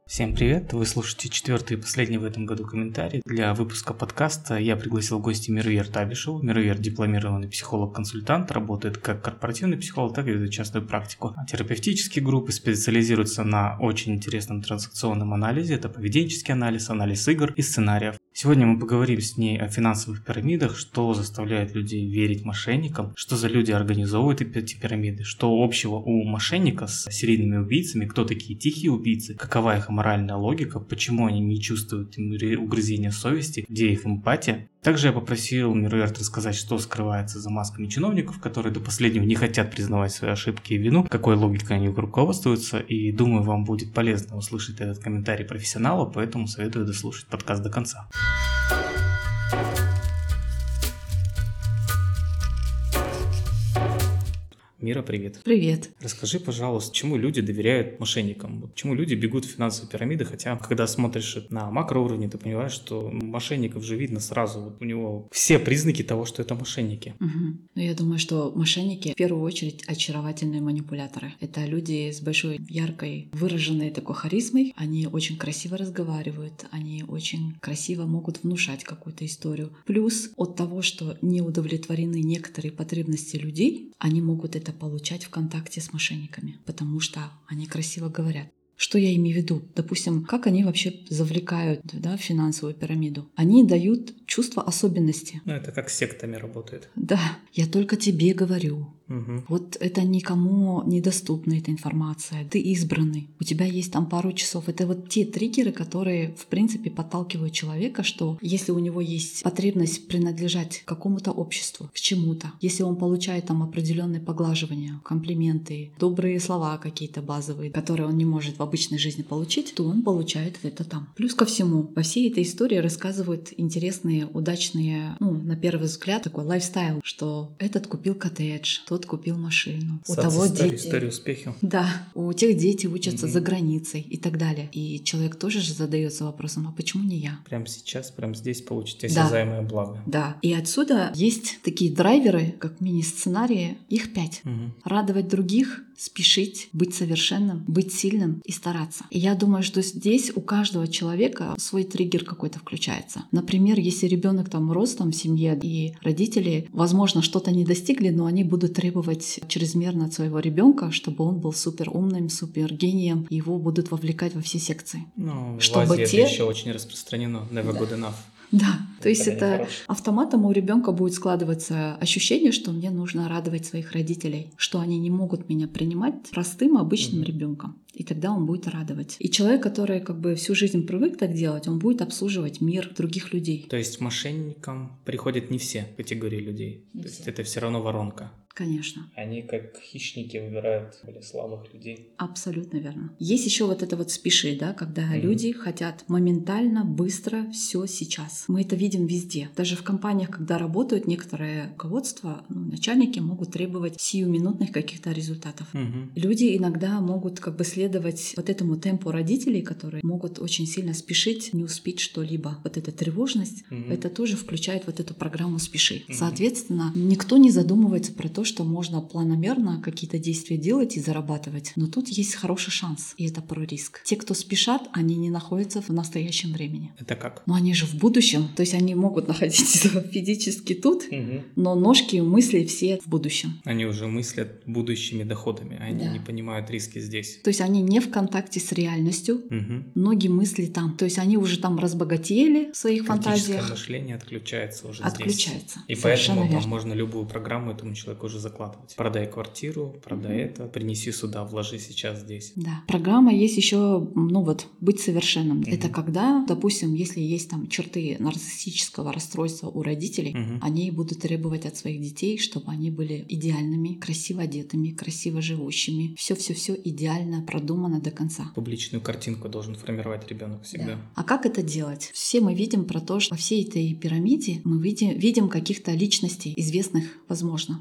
Всем привет! Вы слушаете четвертый и последний в этом году комментарий. Для выпуска подкаста я пригласил в гости Мирвер Табишеву. Мирвер – дипломированный психолог-консультант, работает как корпоративный психолог, так и ведет частную практику. Терапевтические группы специализируются на очень интересном транзакционном анализе. Это поведенческий анализ, анализ игр и сценариев. Сегодня мы поговорим с ней о финансовых пирамидах, что заставляет людей верить мошенникам, что за люди организовывают эти пирамиды, что общего у мошенника с серийными убийцами, кто такие тихие убийцы, какова их моральная логика, почему они не чувствуют угрызения совести, где их эмпатия. Также я попросил Мирвер рассказать, что скрывается за масками чиновников, которые до последнего не хотят признавать свои ошибки и вину, какой логикой они руководствуются, и думаю, вам будет полезно услышать этот комментарий профессионала, поэтому советую дослушать подкаст до конца. Мира, привет. Привет. Расскажи, пожалуйста, чему люди доверяют мошенникам? Почему люди бегут в финансовые пирамиды, хотя, когда смотришь на макроуровне, ты понимаешь, что мошенников же видно сразу. Вот у него все признаки того, что это мошенники. Ну, я думаю, что мошенники в первую очередь очаровательные манипуляторы. Это люди с большой, яркой, выраженной такой харизмой. Они очень красиво разговаривают, они очень красиво могут внушать какую-то историю. Плюс от того, что не удовлетворены некоторые потребности людей, они могут это получать в контакте с мошенниками, потому что они красиво говорят. Что я имею в виду? Допустим, как они вообще завлекают в финансовую пирамиду? Они дают чувство особенности. Это как с сектами работает. Да, я только тебе говорю. Угу. Вот это никому недоступна эта информация. Ты избранный. У тебя есть там пару часов. Это вот те триггеры, которые, в принципе, подталкивают человека, что если у него есть потребность принадлежать какому-то обществу, к чему-то, если он получает там определенные поглаживания, комплименты, добрые слова какие-то базовые, которые он не может в обычной жизни получить, то он получает это там. Плюс ко всему, во всей этой истории рассказывают интересные, удачные, на первый взгляд, такой лайфстайл, что этот купил коттедж, тот купил машину. У того дети... История успеха. Да, у тех дети учатся за границей и так далее. И человек тоже же задается вопросом, а почему не я? Прямо сейчас, прямо здесь получите осязаемое благо. Да, и отсюда есть такие драйверы, как мини-сценарии, их 5. Радовать других, спешить, быть совершенным, быть сильным и стараться. И я думаю, что здесь у каждого человека свой триггер какой-то включается. Например, если ребенок там рос в семье, и родители, возможно, что-то не достигли, но они будут требовать чрезмерно от своего ребенка, чтобы он был супер умным, супер гением, и его будут вовлекать во все секции. Чтобы в Азии это еще очень распространено. Never good enough. Да, то есть это автоматом у ребенка будет складываться ощущение, что мне нужно радовать своих родителей, что они не могут меня принимать простым, обычным ребенком. И тогда он будет радовать. И человек, который всю жизнь привык так делать, он будет обслуживать мир других людей. То есть мошенникам приходят не все категории людей. То есть это все равно воронка. Конечно. Они как хищники выбирают более слабых людей. Абсолютно верно. Есть еще вот это спеши, когда люди хотят моментально, быстро, все сейчас. Мы это видим везде. Даже в компаниях, когда работают некоторые руководства, начальники могут требовать сиюминутных каких-то результатов. Люди иногда могут следовать вот этому темпу родителей, которые могут очень сильно спешить, не успеть что-либо. Вот эта тревожность, это тоже включает вот эту программу «Спеши». Соответственно, никто не задумывается про то, что можно планомерно какие-то действия делать и зарабатывать. Но тут есть хороший шанс, и это про риск. Те, кто спешат, они не находятся в настоящем времени. Это как? Но они же в будущем, то есть они могут находиться физически тут, но ножки и мысли все в будущем. Они уже мыслят будущими доходами, они не понимают риски здесь. То есть они не в контакте с реальностью, ноги мысли там. То есть они уже там разбогатели в своих фантазиях. Критическое мышление отключается уже здесь. И поэтому там можно любую программу этому человеку уже закладывать. Продай квартиру, продай это, принеси сюда, вложи сейчас здесь. Да. Программа есть еще, быть совершенным. Это когда, допустим, если есть там черты нарциссического расстройства у родителей, они будут требовать от своих детей, чтобы они были идеальными, красиво одетыми, красиво живущими. Все идеально продумано до конца. Публичную картинку должен формировать ребенок всегда. Да. А как это делать? Все мы видим про то, что во всей этой пирамиде мы видим каких-то личностей, известных, возможно. И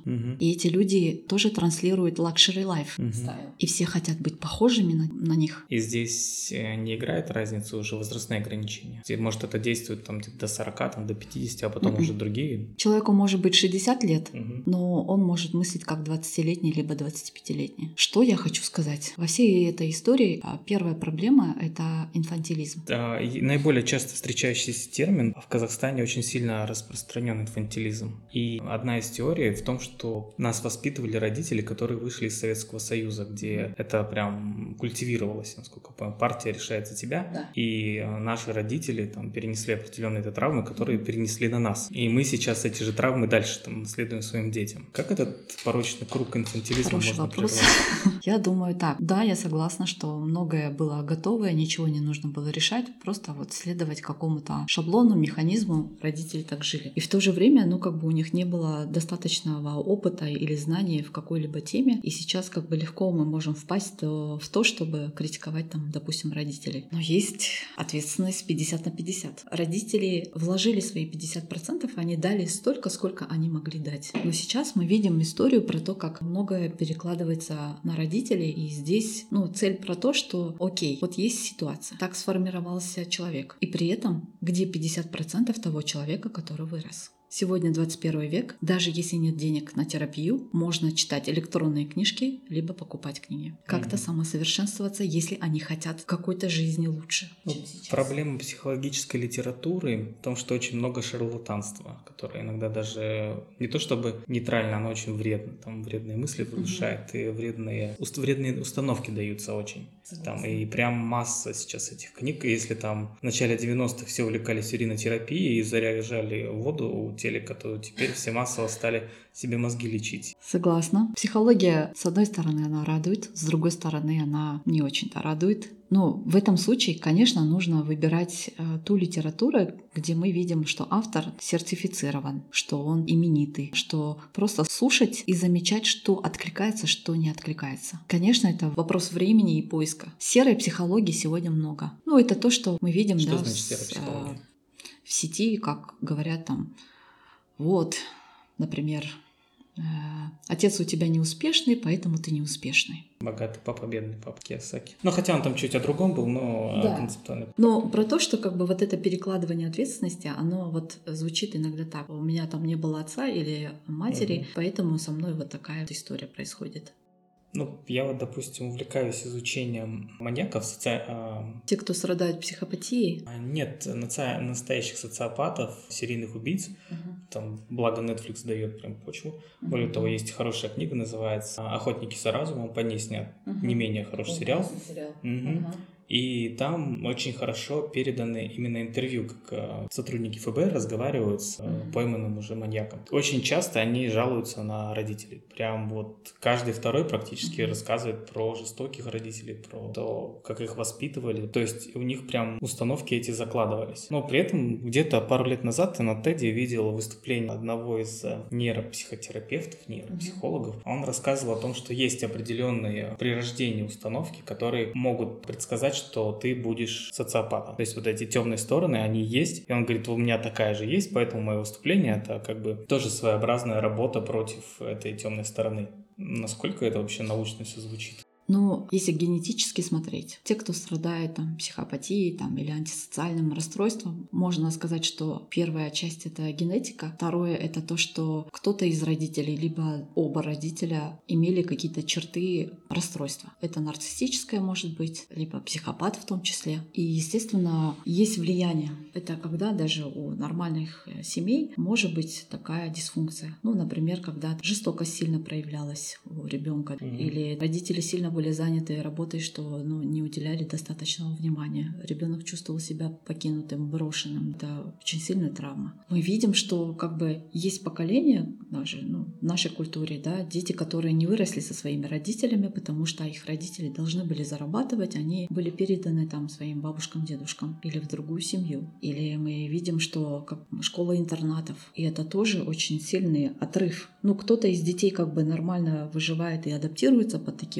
И эти люди тоже транслируют luxury life style. И все хотят быть похожими на них. И здесь не играет разницу уже возрастные ограничения. Может, это действует там до 40, там, до 50, а потом уже другие. Человеку может быть 60 лет, но он может мыслить как 20-летний либо 25-летний. Что я хочу сказать? Во всей этой истории первая проблема — это инфантилизм. Наиболее часто встречающийся термин в Казахстане очень сильно распространен инфантилизм. И одна из теорий в том, что нас воспитывали родители, которые вышли из Советского Союза, где это прям культивировалось, насколько я понимаю, партия решает за тебя. Да. И наши родители там перенесли определенные травмы, которые перенесли на нас. И мы сейчас эти же травмы дальше там наследуем своим детям. Как этот порочный круг инфантилизма можно прервать? Я думаю так. Да, я согласна, что многое было готово, ничего не нужно было решать, просто вот следовать какому-то шаблону, механизму. Родители так жили. И в то же время, у них не было достаточного опыта или знаний в какой-либо теме. И сейчас легко мы можем впасть в то, чтобы критиковать допустим, родителей. Но есть ответственность 50 на 50. Родители вложили свои 50%, они дали столько, сколько они могли дать. Но сейчас мы видим историю про то, как многое перекладывается на родителей. И здесь цель про то, что окей, вот есть ситуация, так сформировался человек. И при этом где 50% того человека, который вырос? Сегодня 21 век, даже если нет денег на терапию, можно читать электронные книжки, либо покупать книги. Как-то самосовершенствоваться, если они хотят какой-то жизни лучше, чем сейчас. Проблема психологической литературы в том, что очень много шарлатанства, которое иногда даже не то чтобы нейтрально, оно очень вредно. Там вредные мысли внушает, и вредные установки даются очень. Там, и прям масса сейчас этих книг. Если там в начале 90-х все увлекались уринотерапией и заряжали воду у телека, то теперь все массово стали себе мозги лечить. Согласна. Психология, с одной стороны, она радует, с другой стороны, она не очень-то радует. Но в этом случае, конечно, нужно выбирать ту литературу, где мы видим, что автор сертифицирован, что он именитый, что просто слушать и замечать, что откликается, что не откликается. Конечно, это вопрос времени и поиска. Серой психологии сегодня много. Это то, что мы видим, что значит серая психология? В сети, как говорят например, отец у тебя неуспешный, поэтому ты неуспешный. Богатый папа, бедный папа Кийосаки. Хотя он там чуть о другом был, но да. Концептуально. Но про то, что вот это перекладывание ответственности, оно звучит иногда так. У меня там не было отца или матери, поэтому со мной такая история происходит. Я допустим, увлекаюсь изучением маньяков. Те, кто страдают психопатией? Нет, настоящих социопатов, серийных убийц. Там, благо Netflix дает прям почву. Более того, есть хорошая книга, называется «Охотники за разумом», по ней снят не менее хороший сериал. И там очень хорошо переданы именно интервью, как сотрудники ФБР разговаривают с пойманным уже маньяком. Очень часто они жалуются на родителей. Прям каждый второй практически рассказывает про жестоких родителей, про то, как их воспитывали. То есть у них прям установки эти закладывались. Но при этом где-то пару лет назад я на TED видел выступление одного из нейропсихотерапевтов, нейропсихологов. Он рассказывал о том, что есть определенные при рождении установки, которые могут предсказать, что ты будешь социопатом. То есть эти темные стороны, они есть. И он говорит, у меня такая же есть, поэтому мое выступление — это тоже своеобразная работа против этой темной стороны. Насколько это вообще научно все звучит? Если генетически смотреть, те, кто страдает психопатией или антисоциальным расстройством, можно сказать, что первая часть — это генетика, второе — это то, что кто-то из родителей, либо оба родителя имели какие-то черты расстройства. Это нарциссическое может быть, либо психопат в том числе. И, естественно, есть влияние. Это когда даже у нормальных семей может быть такая дисфункция. Например, когда жестокость сильно проявлялась у ребенка, или родители сильно были заняты работой, что не уделяли достаточного внимания. Ребенок чувствовал себя покинутым, брошенным. Это очень сильная травма. Мы видим, что есть поколение даже в нашей культуре, дети, которые не выросли со своими родителями, потому что их родители должны были зарабатывать, они были переданы своим бабушкам, дедушкам или в другую семью. Или мы видим, что школа интернатов, и это тоже очень сильный отрыв. Кто-то из детей нормально выживает и адаптируется под такие условия,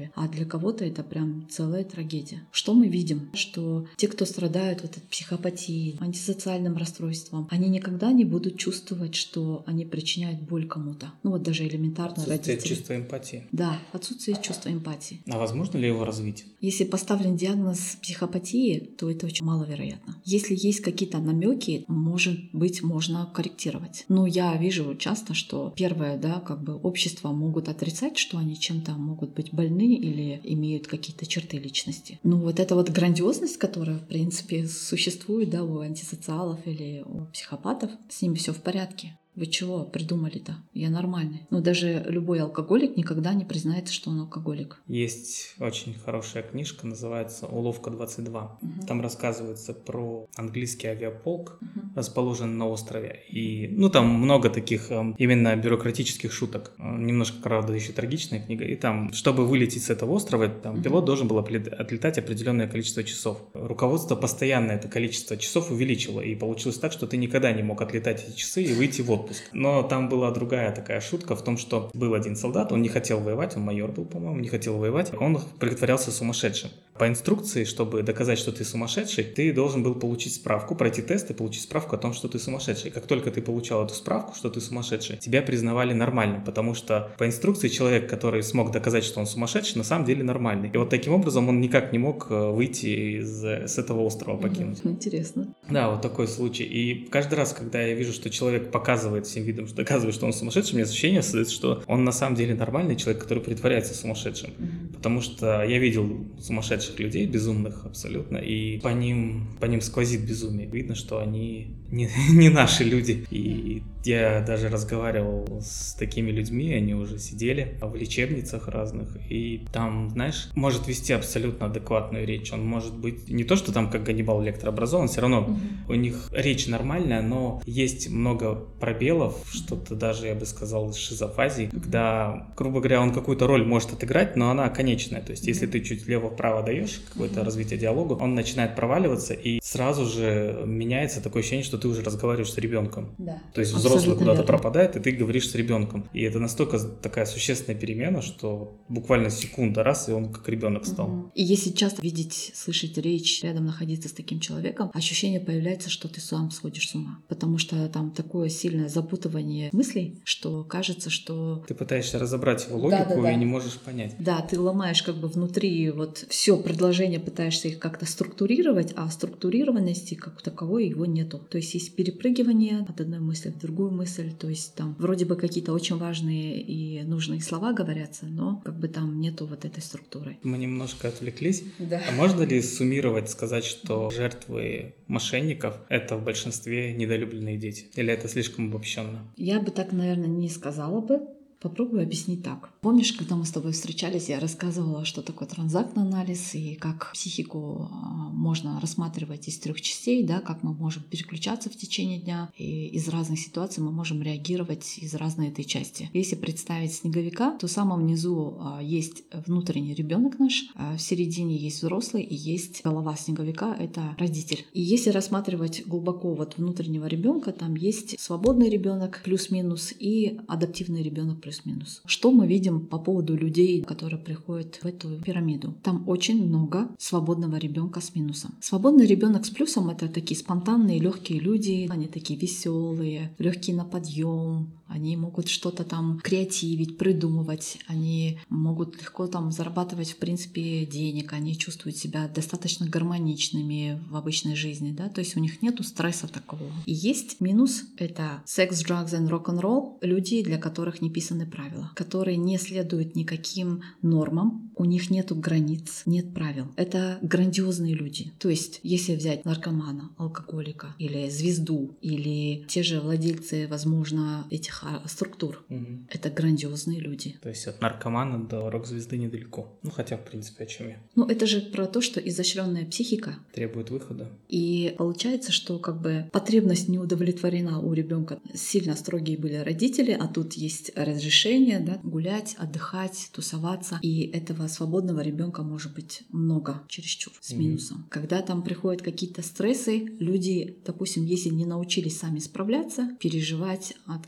история, а для кого-то это прям целая трагедия. Что мы видим? Что те, кто страдают от психопатии, антисоциальным расстройством, они никогда не будут чувствовать, что они причиняют боль кому-то. Ну вот даже элементарно родители. Отсутствие чувства эмпатии. Да, отсутствие чувства эмпатии. А возможно ли его развить? Если поставлен диагноз психопатии, то это очень маловероятно. Если есть какие-то намеки, может быть, можно корректировать. Но я вижу часто, что первое, да, как бы общество могут отрицать, что они чем-то могут быть больны или имеют какие-то черты личности. Ну вот эта вот грандиозность, которая, в принципе, существует, да, у антисоциалов или у психопатов, с ними все в порядке. Вы чего придумали-то? Я нормальный. Но даже любой алкоголик никогда не признается, что он алкоголик. Есть очень хорошая книжка, называется «Уловка 22». Там рассказывается про английский авиаполк, расположенный на острове. И, там много таких именно бюрократических шуток. Немножко, правда, еще трагичная книга. И там, чтобы вылететь с этого острова, пилот должен был отлетать определенное количество часов. Руководство постоянно это количество часов увеличило. И получилось так, что ты никогда не мог отлетать эти часы и выйти в отпуск. Но там была другая такая шутка в том, что был один солдат, он не хотел воевать, он майор был, по-моему, не хотел воевать, он притворялся сумасшедшим. По инструкции, чтобы доказать, что ты сумасшедший, ты должен был получить справку, пройти тест и получить справку о том, что ты сумасшедший. Как только ты получал эту справку, что ты сумасшедший, тебя признавали нормальным, потому что по инструкции человек, который смог доказать, что он сумасшедший, на самом деле нормальный. И вот таким образом он никак не мог выйти с этого острова покинуть. Интересно. Да, вот такой случай. И каждый раз, когда я вижу, что человек показывает всем видом, что доказывает, что он сумасшедший, у меня ощущение создается, что он на самом деле нормальный человек, который притворяется сумасшедшим. Потому что я видел сумасшедших людей, безумных абсолютно, и по ним сквозит безумие. Видно, что они не наши люди. И я даже разговаривал с такими людьми, они уже сидели в лечебницах разных, и там, знаешь, может вести абсолютно адекватную речь. Он может быть не то, что там как Ганнибал Лектор образован, все равно у них речь нормальная, но есть много пробелов, что-то даже, я бы сказал, шизофазии, когда, грубо говоря, он какую-то роль может отыграть, но она конечная. То есть, если ты чуть влево-вправо даешь какое-то развитие диалогу, он начинает проваливаться, и сразу же меняется такое ощущение, что ты уже разговариваешь с ребенком. Да. То есть взрослый куда-то пропадает, и ты говоришь с ребенком. И это настолько такая существенная перемена, что буквально секунда, раз, и он как ребенок стал. И если часто видеть, слышать речь, рядом находиться с таким человеком, ощущение появляется, что ты сам сходишь с ума. Потому что там такое сильное запутывание мыслей, что кажется, что... Ты пытаешься разобрать его логику и не можешь понять. Да, ты ломаешь как бы внутри вот все предложения, пытаешься их как-то структурировать, а структурированности как таковой его нету. То есть есть перепрыгивание от одной мысли в другую мысль, то есть там вроде бы какие-то очень важные и нужные слова говорятся, но как бы там нету вот этой структуры. Мы немножко отвлеклись. Да. А можно ли суммировать, сказать, что жертвы мошенников — это в большинстве недолюбленные дети? Или это слишком обобщенно? Я бы так, наверное, не сказала бы. Попробую объяснить так. Помнишь, когда мы с тобой встречались, я рассказывала, что такое транзактный анализ и как психику можно рассматривать из 3 частей, да, как мы можем переключаться в течение дня, и из разных ситуаций мы можем реагировать из разной этой части. Если представить снеговика, то в самом низу есть внутренний ребенок наш, в середине есть взрослый и есть голова снеговика, это родитель. И если рассматривать глубоко вот внутреннего ребенка, там есть свободный ребенок плюс-минус и адаптивный ребенок плюс-минус. Что мы видим по поводу людей, которые приходят в эту пирамиду? Там очень много свободного ребенка с минусом. Свободный ребенок с плюсом — это такие спонтанные, легкие люди. Они такие веселые, легкие на подъем. Они могут что-то там креативить, придумывать. Они могут легко там зарабатывать, в принципе, денег. Они чувствуют себя достаточно гармоничными в обычной жизни, да. То есть у них нету стресса такого. И есть минус — это секс, drugs and rock-and-roll. Люди, для которых не писаны правила, которые не следуют никаким нормам, у них нету границ, нет правил. Это грандиозные люди. То есть, если взять наркомана, алкоголика или звезду, или те же владельцы, возможно, этих структур, это грандиозные люди. То есть от наркомана до рок-звезды недалеко. Ну, хотя, в принципе, о чем я? Ну, это же про то, что изощренная психика требует выхода. И получается, что как бы потребность не удовлетворена у ребенка. Сильно строгие были родители, а тут есть разрешение, да, гулять, отдыхать, тусоваться. И этого свободного ребенка может быть много, чересчур, с минусом. Когда там приходят какие-то стрессы, люди, допустим, если не научились сами справляться, переживать, отгоревать,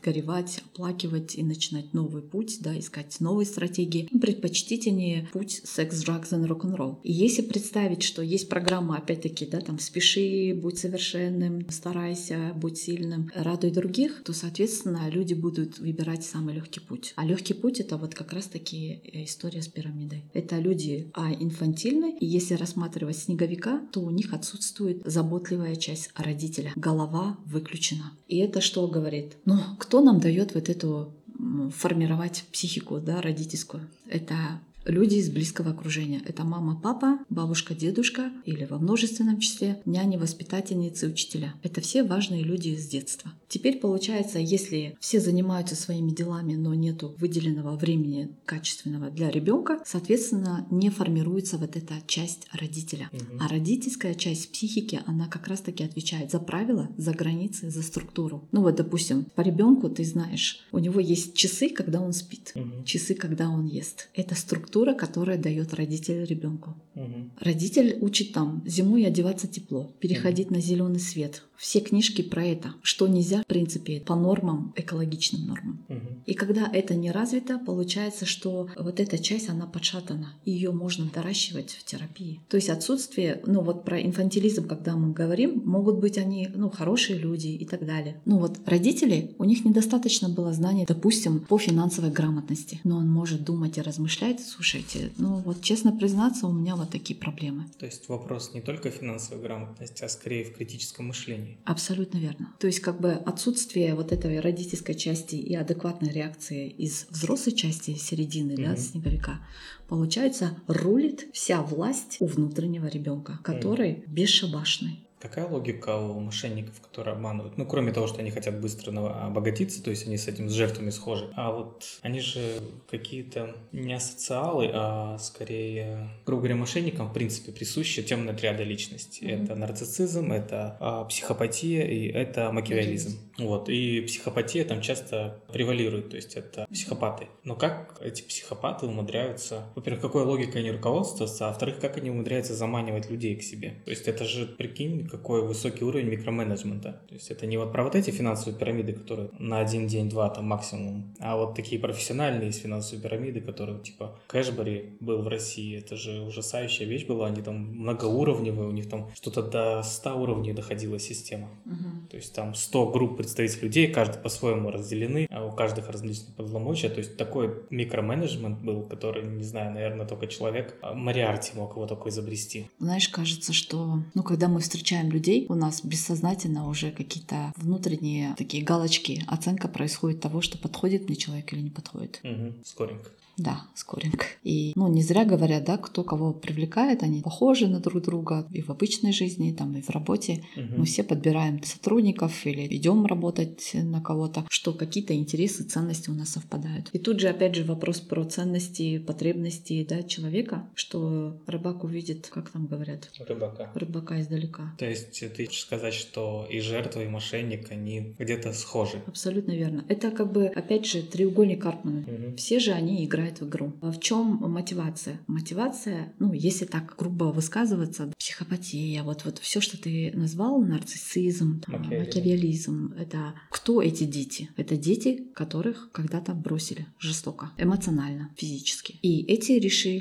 переживать, оплакивать и начинать новый путь, да, искать новые стратегии. Им предпочтительнее путь секс, drugs and рок-н-ролл. И если представить, что есть программа, опять-таки, да, там «Спеши», «Будь совершенным», «Старайся», «Будь сильным», «Радуй других», то, соответственно, люди будут выбирать самый легкий путь. А легкий путь — это вот как раз-таки история с пирамидой. Это люди инфантильны, и если рассматривать снеговика, то у них отсутствует заботливая часть родителя. Голова выключена. И это что говорит? Ну, кто нам дает вот эту формировать психику, да, родительскую? Это люди из близкого окружения. Это мама, папа, бабушка, дедушка или во множественном числе няни, воспитательницы, учителя. Это все важные люди с детства. Теперь получается, если все занимаются своими делами, но нету выделенного времени качественного для ребенка, соответственно, не формируется вот эта часть родителя. А родительская часть психики, она как раз-таки отвечает за правила, за границы, за структуру. Ну вот, допустим, по ребенку ты знаешь, у него есть часы, когда он спит, часы, когда он ест. Это структура, которая дает родитель ребенку. Родитель учит там зимой одеваться тепло, переходить на зеленый свет. Все книжки про это, что нельзя, в принципе, по нормам, экологичным нормам. И когда это не развито, получается, что вот эта часть, она подшатана. Ее можно доращивать в терапии. То есть отсутствие, ну вот про инфантилизм, когда мы говорим, могут быть они, ну, хорошие люди и так далее. Ну вот родители, у них недостаточно было знаний, допустим, по финансовой грамотности. Но он может думать и размышлять: слушайте, ну вот честно признаться, у меня вот такие проблемы. То есть вопрос не только финансовой грамотности, а скорее в критическом мышлении. Абсолютно верно. То есть как бы отсутствие вот этой родительской части и адекватной реакции из взрослой части середины, да, снеговика, получается, рулит вся власть у внутреннего ребенка, который бесшабашный. Какая логика у мошенников, которые обманывают? Ну, кроме того, что они хотят быстро обогатиться, то есть они с этим, с жертвами схожи. А вот они же какие-то не асоциалы, а скорее, грубо говоря, мошенникам, в принципе, присуща темная триада личности. Это нарциссизм, это психопатия и это макиавеллизм. Вот. И психопатия там часто превалирует, то есть это психопаты. Но как эти психопаты умудряются... Во-первых, какой логикой они руководствуются, а во-вторых, как они умудряются заманивать людей к себе? То есть это же, прикинь, какой высокий уровень микроменеджмента. То есть это не вот про вот эти финансовые пирамиды, которые на один день, два там максимум, а вот такие профессиональные из финансовые пирамиды, которые типа Кэшбери был в России. Это же ужасающая вещь была. Они там многоуровневые, у них там что-то до 100 уровней доходила система. То есть там 100 групп представителей людей, каждый по-своему разделены, а у каждых различные полномочия. То есть такой микроменеджмент был, который, не знаю, наверное, только человек Мориарти мог его такой изобрести. Знаешь, кажется, что, ну, когда мы встречаем людей, у нас бессознательно уже какие-то внутренние такие галочки, оценка происходит того, что подходит мне человек или не подходит. Скоренько. Да, скоренько. И, ну, не зря говорят, да, кто кого привлекает, они похожи на друг друга и в обычной жизни, там, и в работе. Мы все подбираем сотрудников или идем работать на кого-то, что какие-то интересы, ценности у нас совпадают. И тут же, опять же, вопрос про ценности, потребности, да, человека, что рыбак увидит, как там говорят? Рыбака издалека. То есть ты хочешь сказать, что и жертва, и мошенник, они где-то схожи? Абсолютно верно. Это как бы, опять же, треугольник Карпмана. Все же они играют в игру. В чем мотивация? Мотивация, ну, если так грубо высказываться, психопатия, вот все, что ты назвал, нарциссизм, макиавеллизм, это кто эти дети? Это дети, которых когда-то бросили жестоко, эмоционально, физически. И эти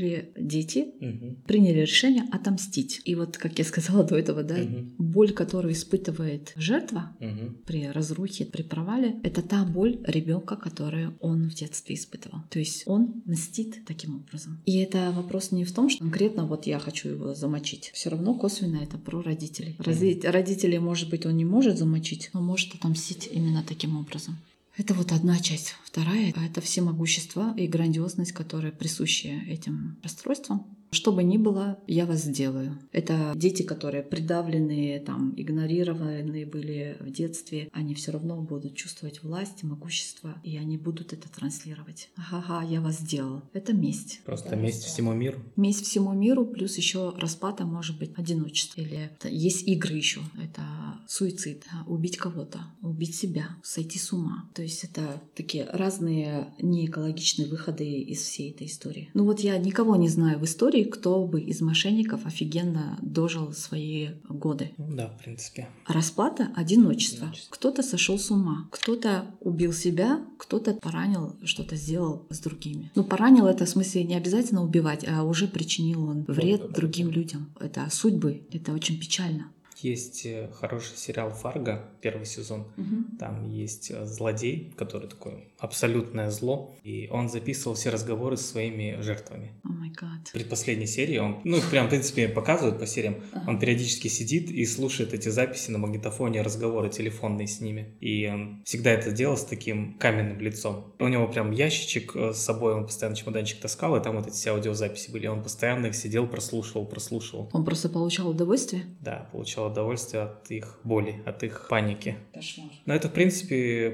дети приняли решение отомстить. И вот, как я сказала до этого, да, боль, которую испытывает жертва при разрухе, при провале, это та боль ребенка, которую он в детстве испытывал. То есть он мстит таким образом. И это вопрос не в том, что конкретно вот я хочу его замочить. Все равно косвенно это про родителей. Родителей, может быть, он не может замочить, но может отомстить именно таким образом. Это вот одна часть. Вторая — это всемогущество и грандиозность, которые присущи этим расстройствам. Что бы ни было, я вас сделаю. Это дети, которые придавленные, там, игнорированные были в детстве, они все равно будут чувствовать власть, могущество, и они будут это транслировать. Ага, я вас сделал. Это месть. Просто месть всему миру. Месть всему миру, плюс еще распад, может быть, одиночество. Или есть игры еще. Это суицид, убить кого-то, убить себя, сойти с ума. То есть это такие разные неэкологичные выходы из всей этой истории. Ну вот я никого не знаю в истории, истории, кто бы из мошенников офигенно дожил свои годы. Да, в принципе. Расплата — одиночество. Кто-то сошел с ума, кто-то убил себя, кто-то поранил, что-то сделал с другими. Поранил — это в смысле не обязательно убивать, а уже причинил он вред другим людям. Это судьбы, это очень печально. Есть хороший сериал «Фарго», первый сезон. Там есть злодей, который такой абсолютное зло, и он записывал все разговоры со своими жертвами. О май гад. В предпоследней серии он, их прям, в принципе, показывают по сериям, он периодически сидит и слушает эти записи на магнитофоне, разговоры телефонные с ними. И он всегда это делал с таким каменным лицом. У него прям ящичек с собой, он постоянно чемоданчик таскал, и там вот эти все аудиозаписи были. Он постоянно их сидел, прослушивал. Он просто получал удовольствие? Да, получал удовольствие от их боли, от их паники. Кошмар. Но это, в принципе,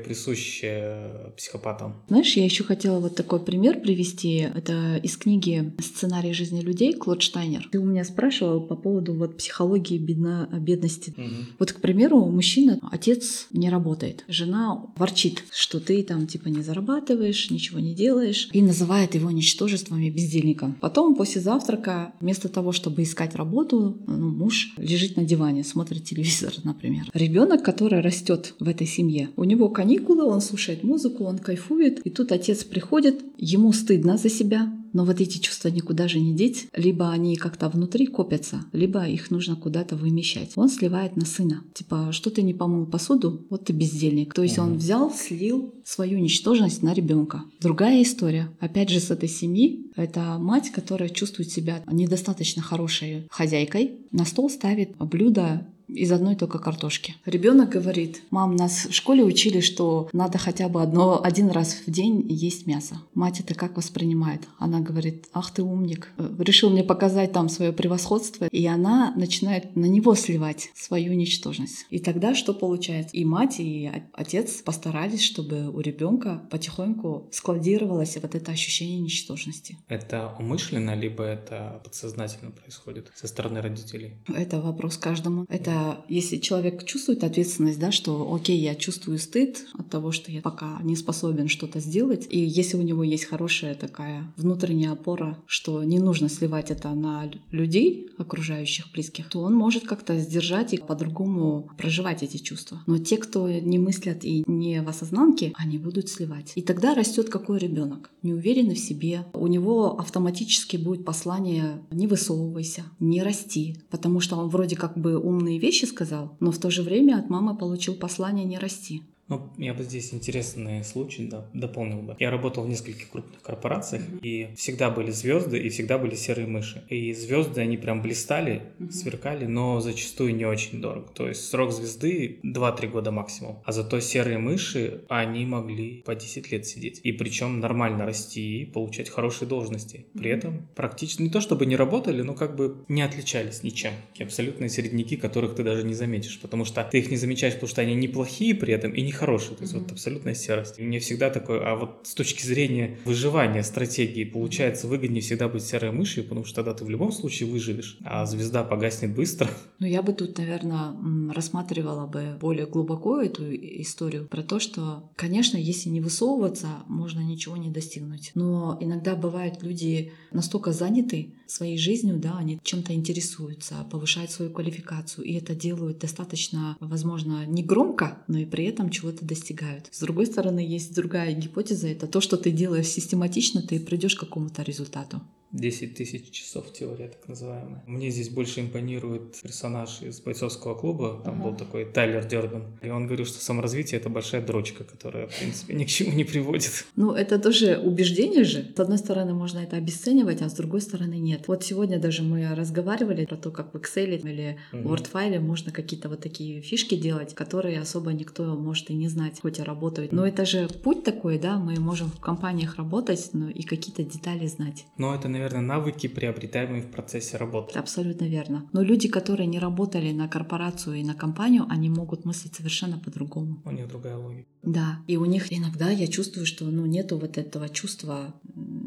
присуще психопатам. Знаешь, я еще хотела вот такой пример привести. Это из книги «Сценарий жизни людей» Клод Штайнер. Ты у меня спрашивал по поводу психологии бедности. Вот, к примеру, мужчина, отец не работает. Жена ворчит, что ты там типа не зарабатываешь, ничего не делаешь, и называет его ничтожеством и бездельником. Потом, после завтрака, вместо того, чтобы искать работу, муж лежит на диване, смотрит телевизор, например. Ребенок, который растет в этой семье, у него каникулы, он слушает музыку, он кайфует, и тут отец приходит, ему стыдно за себя, но вот эти чувства никуда же не деть. Либо они как-то внутри копятся, либо их нужно куда-то вымещать. Он сливает на сына. Типа, что ты не помыл посуду? Вот ты бездельник. То есть он взял, слил свою ничтожность на ребенка. Другая история. Опять же, с этой семьи. Это мать, которая чувствует себя недостаточно хорошей хозяйкой. На стол ставит блюдо из одной только картошки. Ребенок говорит: мам, нас в школе учили, что надо хотя бы один раз в день есть мясо. Мать это как воспринимает? Она говорит: ах ты умник, решил мне показать там свое превосходство. И она начинает на него сливать свою ничтожность. И тогда что получается? И мать, и отец постарались, чтобы у ребенка потихоньку складировалось вот это ощущение ничтожности. Это умышленно, либо это подсознательно происходит со стороны родителей? Это вопрос каждому. Это если человек чувствует ответственность, да, что окей, я чувствую стыд от того, что я пока не способен что-то сделать, и если у него есть хорошая такая внутренняя опора, что не нужно сливать это на людей, окружающих, близких, то он может как-то сдержать и по-другому проживать эти чувства. Но те, кто не мыслят и не в осознанке, они будут сливать. И тогда растет какой ребенок? Неуверенный в себе. У него автоматически будет послание: не высовывайся, не расти, потому что он вроде как бы умные вещи сказал, но в то же время от мамы получил послание не расти. Я бы здесь интересный случай дополнил бы. Я работал в нескольких крупных корпорациях, и всегда были звезды, и всегда были серые мыши. И звезды, они прям блистали, сверкали, но зачастую не очень дорого. То есть срок звезды 2-3 года максимум. А зато серые мыши, они могли по 10 лет сидеть. И причем нормально расти и получать хорошие должности. При этом практически не то чтобы не работали, но как бы не отличались ничем. И абсолютные середняки, которых ты даже не заметишь. Потому что ты их не замечаешь, потому что они неплохие при этом и не хороший, то есть вот абсолютная серость. И мне всегда такое, а вот с точки зрения выживания, стратегии, получается выгоднее всегда быть серой мышью, потому что тогда ты в любом случае выживешь, а звезда погаснет быстро. Я бы тут, наверное, рассматривала бы более глубоко эту историю про то, что, конечно, если не высовываться, можно ничего не достигнуть. Но иногда бывают люди настолько заняты своей жизнью, да, они чем-то интересуются, повышают свою квалификацию, и это делают достаточно, возможно, не громко, но и при этом чего-то достигают. С другой стороны, есть другая гипотеза, это то, что ты делаешь систематично, ты придешь к какому-то результату. 10 тысяч часов теория, так называемая. Мне здесь больше импонирует персонаж из бойцовского клуба, там был такой Тайлер Дёрден, и он говорил, что саморазвитие — это большая дрочка, которая, в принципе, ни к чему не приводит. Это тоже убеждение же. С одной стороны, можно это обесценивать, а с другой стороны нет. Вот сегодня даже мы разговаривали про то, как в Excel или Word-файле можно какие-то вот такие фишки делать, которые особо никто может и не знать, хоть и работают. Но это же путь такой, да, мы можем в компаниях работать, но и какие-то детали знать. Но это, наверное, навыки, приобретаемые в процессе работы. Абсолютно верно. Но люди, которые не работали на корпорацию и на компанию, они могут мыслить совершенно по-другому. У них другая логика. Да, и у них иногда я чувствую, что нету вот этого чувства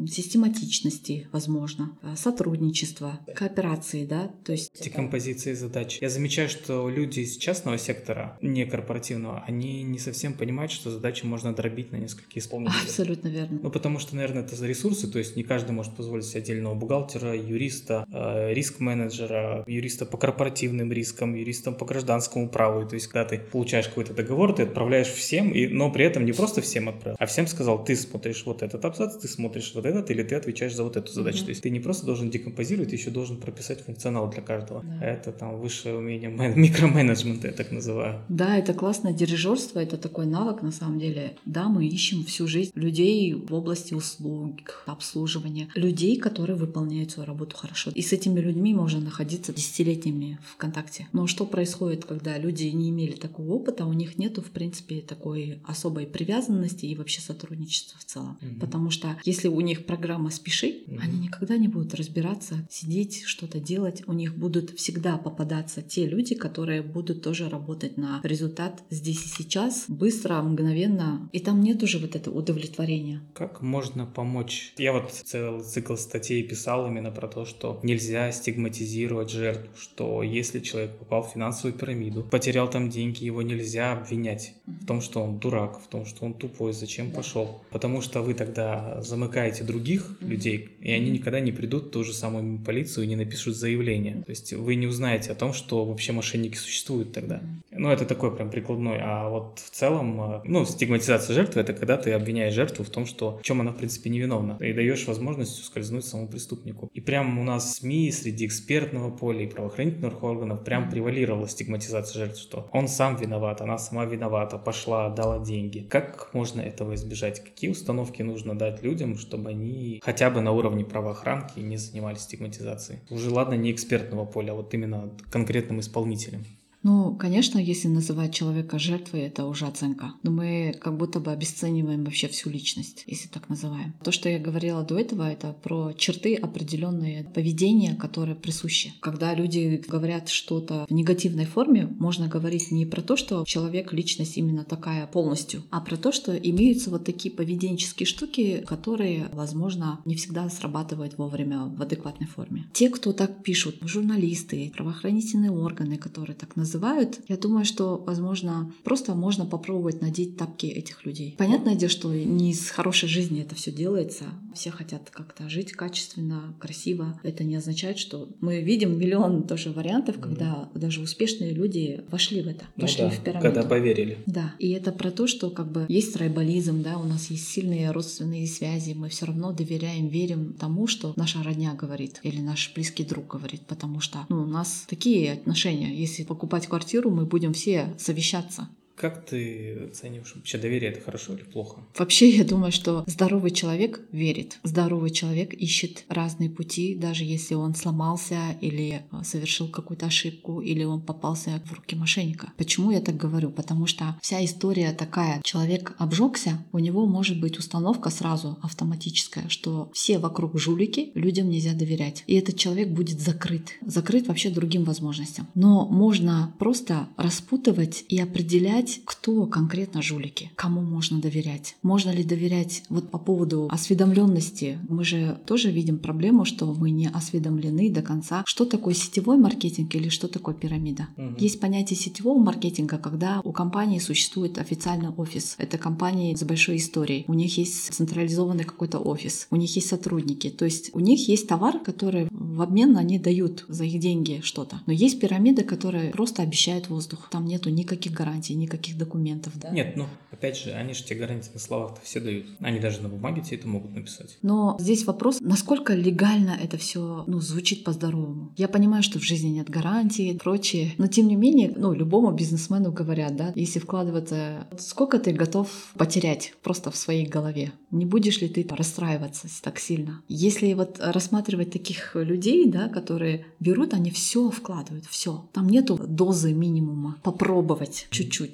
систематичности, возможно, сотрудничества, кооперации, да, то есть... Декомпозиции задач. Я замечаю, что люди из частного сектора, не корпоративного, они не совсем понимают, что задачи можно дробить на несколько исполнителей. Абсолютно верно. Ну, потому что, наверное, это за ресурсы, то есть не каждый может позволить себе отдельного бухгалтера, юриста, риск-менеджера, юриста по корпоративным рискам, юриста по гражданскому праву. То есть, когда ты получаешь какой-то договор, ты отправляешь всем, но при этом не просто всем отправил, а всем сказал, ты смотришь вот этот абзац, ты смотришь вот этот, или ты отвечаешь за вот эту задачу. То есть ты не просто должен декомпозировать, ты еще должен прописать функционал для каждого. Да. Это там высшее умение микроменеджмента, я так называю. Да, это классно. Дирижерство — это такой навык, на самом деле. Да, мы ищем всю жизнь людей в области услуг, обслуживания, людей, которые выполняют свою работу хорошо. И с этими людьми можно находиться десятилетиями в контакте. Но что происходит, когда люди не имели такого опыта, у них нету, в принципе, такой особой привязанности и вообще сотрудничества в целом. Потому что если у них программа «Спеши», они никогда не будут разбираться, сидеть, что-то делать. У них будут всегда попадаться те люди, которые будут тоже работать на результат здесь и сейчас, быстро, мгновенно. И там нет уже вот этого удовлетворения. Как можно помочь? Я вот целый цикл статей писал именно про то, что нельзя стигматизировать жертву, что если человек попал в финансовую пирамиду, потерял там деньги, его нельзя обвинять в том, что он дурак, в том, что он тупой, зачем пошел. Потому что вы тогда замыкаете других людей, и они никогда не придут в ту же самую полицию и не напишут заявление. То есть вы не узнаете о том, что вообще мошенники существуют тогда. Ну, это такой прям прикладной. А вот в целом, стигматизация жертвы — это когда ты обвиняешь жертву в том, что в чем она, в принципе, невиновна, и даешь возможность ускользнуть самому преступнику. И прям у нас в СМИ, среди экспертного поля и правоохранительных органов прям превалировала стигматизация жертв, что он сам виноват, она сама виновата, пошла, дала деньги. Как можно этого избежать? Какие установки нужно дать людям, чтобы они хотя бы на уровне правоохранки не занимались стигматизацией? Уже ладно не экспертного поля, а вот именно конкретным исполнителем. Ну, конечно, если называть человека жертвой, это уже оценка. Но мы как будто бы обесцениваем вообще всю личность, если так называем. То, что я говорила до этого, это про черты определенные поведения, которые присущи. Когда люди говорят что-то в негативной форме, можно говорить не про то, что человек, личность именно такая полностью, а про то, что имеются вот такие поведенческие штуки, которые, возможно, не всегда срабатывают вовремя в адекватной форме. Те, кто так пишут, журналисты, правоохранительные органы, которые так называют, я думаю, что, возможно, просто можно попробовать надеть тапки этих людей. Понятное дело, что не из хорошей жизни это все делается. Все хотят как-то жить качественно, красиво. Это не означает, что мы видим миллион тоже вариантов, когда даже успешные люди вошли в это, вошли в пирамиду. Когда поверили. Да, и это про то, что как бы есть трайбализм, да, у нас есть сильные родственные связи, мы все равно доверяем, верим тому, что наша родня говорит или наш близкий друг говорит, потому что у нас такие отношения. Если покупать квартиру, мы будем все совещаться. Как ты оцениваешь вообще доверие, это хорошо или плохо? Вообще, я думаю, что здоровый человек верит. Здоровый человек ищет разные пути, даже если он сломался или совершил какую-то ошибку, или он попался в руки мошенника. Почему я так говорю? Потому что вся история такая. Человек обжегся, у него может быть установка сразу автоматическая, что все вокруг жулики, людям нельзя доверять. И этот человек будет закрыт. Закрыт вообще другим возможностям. Но можно просто распутывать и определять, кто конкретно жулики, кому можно доверять. Можно ли доверять вот по поводу осведомленности? Мы же тоже видим проблему, что мы не осведомлены до конца, что такое сетевой маркетинг или что такое пирамида. Есть понятие сетевого маркетинга, когда у компании существует официальный офис. Это компании с большой историей. У них есть централизованный какой-то офис. У них есть сотрудники. То есть у них есть товар, который в обмен они дают за их деньги что-то. Но есть пирамиды, которые просто обещают воздух. Там нету никаких гарантий, никаких документов, да? Нет, опять же, они же тебе гарантии на словах-то все дают. Они даже на бумаге тебе это могут написать. Но здесь вопрос, насколько легально это все звучит по-здоровому. Я понимаю, что в жизни нет гарантий и прочее, но тем не менее, любому бизнесмену говорят, да, если вкладываться, сколько ты готов потерять просто в своей голове? Не будешь ли ты расстраиваться так сильно? Если вот рассматривать таких людей, да, которые берут, они все вкладывают, все. Там нету дозы минимума. Попробовать чуть-чуть.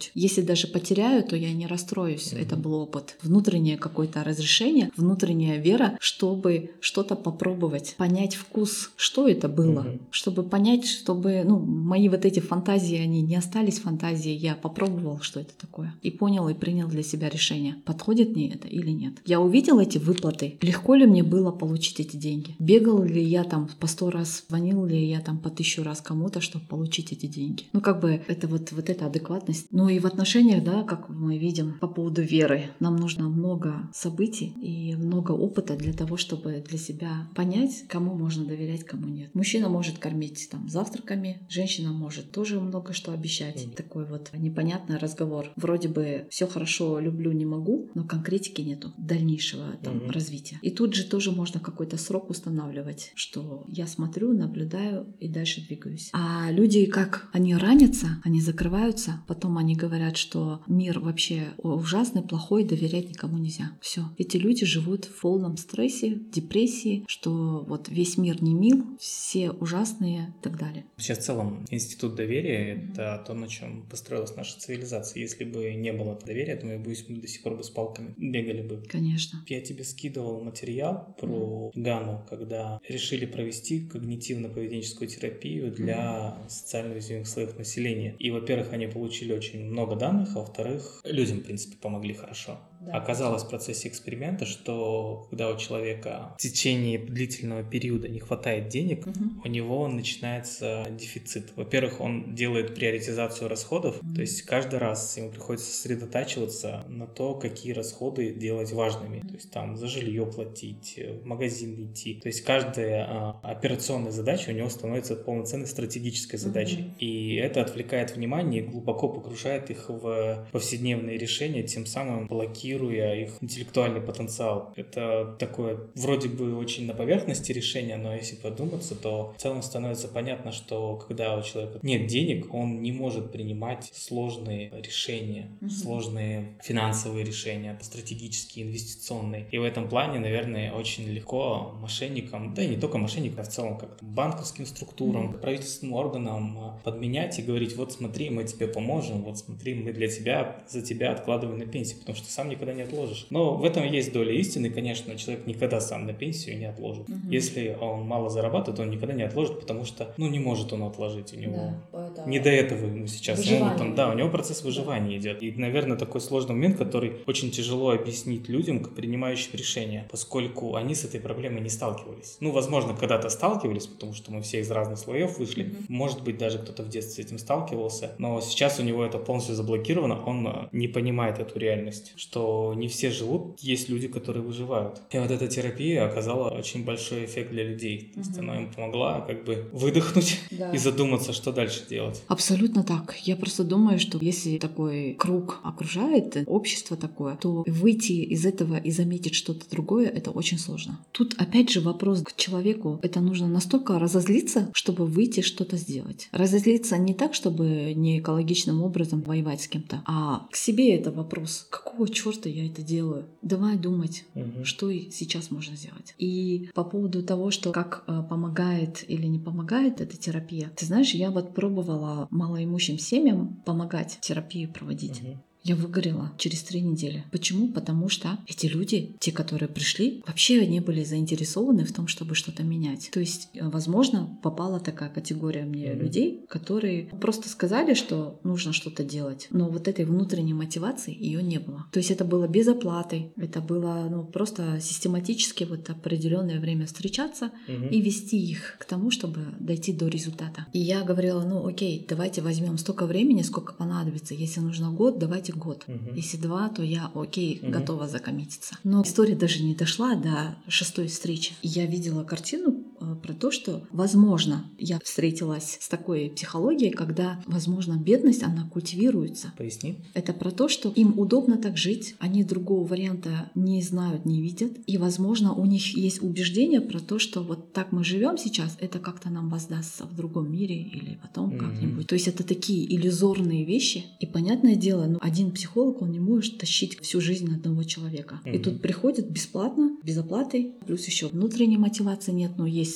что-нибудь. Если даже потеряю, то я не расстроюсь. Это был опыт. Внутреннее какое-то разрешение, внутренняя вера, чтобы что-то попробовать, понять вкус, что это было, чтобы понять, чтобы мои вот эти фантазии, они не остались фантазией. Я попробовал, что это такое, и понял, и принял для себя решение, подходит мне это или нет. Я увидел эти выплаты. Легко ли мне было получить эти деньги? Бегал ли я там по 100 раз, звонил ли я там по 1000 раз кому-то, чтобы получить эти деньги? Это вот эта адекватность. Ну и в отношениях, да, как мы видим по поводу веры, нам нужно много событий и много опыта для того, чтобы для себя понять, кому можно доверять, кому нет. Мужчина может кормить там завтраками, женщина может тоже много что обещать. Такой вот непонятный разговор. Вроде бы все хорошо, люблю, не могу, но конкретики нету дальнейшего там развития. И тут же тоже можно какой-то срок устанавливать, что я смотрю, наблюдаю и дальше двигаюсь. А люди, как они ранятся, они закрываются, потом они говорят, что мир вообще ужасный, плохой, доверять никому нельзя. Все. Эти люди живут в полном стрессе, депрессии, что вот весь мир не мил, все ужасные и так далее. Сейчас в целом институт доверия — это то, на чем построилась наша цивилизация. Если бы не было доверия, то мы до сих пор бы с палками бегали бы. Конечно. Я тебе скидывал материал про Гану, когда решили провести когнитивно-поведенческую терапию для социально уязвимых слоев населения. И, во-первых, они получили очень много данных, а во-вторых, людям, в принципе, помогли хорошо. Да, оказалось в процессе эксперимента, что когда у человека в течение длительного периода не хватает денег, у него начинается дефицит. Во-первых, он делает приоритизацию расходов, то есть каждый раз ему приходится сосредотачиваться на то, какие расходы делать важными. То есть там за жилье платить, в магазин идти. То есть каждая операционная задача у него становится полноценной стратегической задачей. И это отвлекает внимание и глубоко погружает их в повседневные решения, тем самым блокируя их интеллектуальный потенциал. Это такое вроде бы очень на поверхности решение, но если подуматься, то в целом становится понятно, что когда у человека нет денег, он не может принимать сложные решения, сложные финансовые решения, стратегические, инвестиционные. И в этом плане, наверное, очень легко мошенникам, да и не только мошенникам, а в целом как банковским структурам, правительственным органам подменять и говорить: вот смотри, мы тебе поможем, вот смотри, мы за тебя откладываем на пенсию, потому что сам никогда не отложишь. Но в этом есть доля истины, конечно, человек никогда сам на пенсию не отложит. Если он мало зарабатывает, он никогда не отложит, потому что, не может он отложить, у него не до этого ему сейчас. У него процесс выживания идет. И, наверное, такой сложный момент, который очень тяжело объяснить людям, принимающим решения, поскольку они с этой проблемой не сталкивались. Возможно, когда-то сталкивались, потому что мы все из разных слоев вышли. Может быть, даже кто-то в детстве с этим сталкивался, но сейчас у него это полностью заблокировано, он не понимает эту реальность, что не все живут, есть люди, которые выживают. И вот эта терапия оказала очень большой эффект для людей. То есть она им помогла выдохнуть и задуматься, что дальше делать. Абсолютно так. Я просто думаю, что если такой круг окружает, общество такое, то выйти из этого и заметить что-то другое — это очень сложно. Тут опять же вопрос к человеку. Это нужно настолько разозлиться, чтобы выйти что-то сделать. Разозлиться не так, чтобы не экологичным образом воевать с кем-то, а к себе это вопрос. Какого черта я это делаю? Давай думать, что сейчас можно сделать. И по поводу того, что как помогает или не помогает эта терапия. Ты знаешь, я пробовала малоимущим семьям помогать терапию проводить. Я выгорела через 3 недели. Почему? Потому что эти люди, те, которые пришли, вообще не были заинтересованы в том, чтобы что-то менять. То есть, возможно, попала такая категория мне людей, которые просто сказали, что нужно что-то делать, но вот этой внутренней мотивации ее не было. То есть это было без оплаты, это было просто систематически определенное время встречаться и вести их к тому, чтобы дойти до результата. И я говорила: окей, давайте возьмем столько времени, сколько понадобится. Если нужно год, давайте год. Если 2, то я готова закоммититься. Но история даже не дошла до 6-й встречи. И я видела картину про то, что, возможно, я встретилась с такой психологией, когда, возможно, бедность, она культивируется. Поясни. Это про то, что им удобно так жить, они другого варианта не знают, не видят. И, возможно, у них есть убеждение про то, что вот так мы живем сейчас, это как-то нам воздастся в другом мире или потом как-нибудь. То есть это такие иллюзорные вещи. И, понятное дело, один психолог, он не может тащить всю жизнь одного человека. И тут приходит бесплатно, без оплаты, плюс еще внутренней мотивации нет, но есть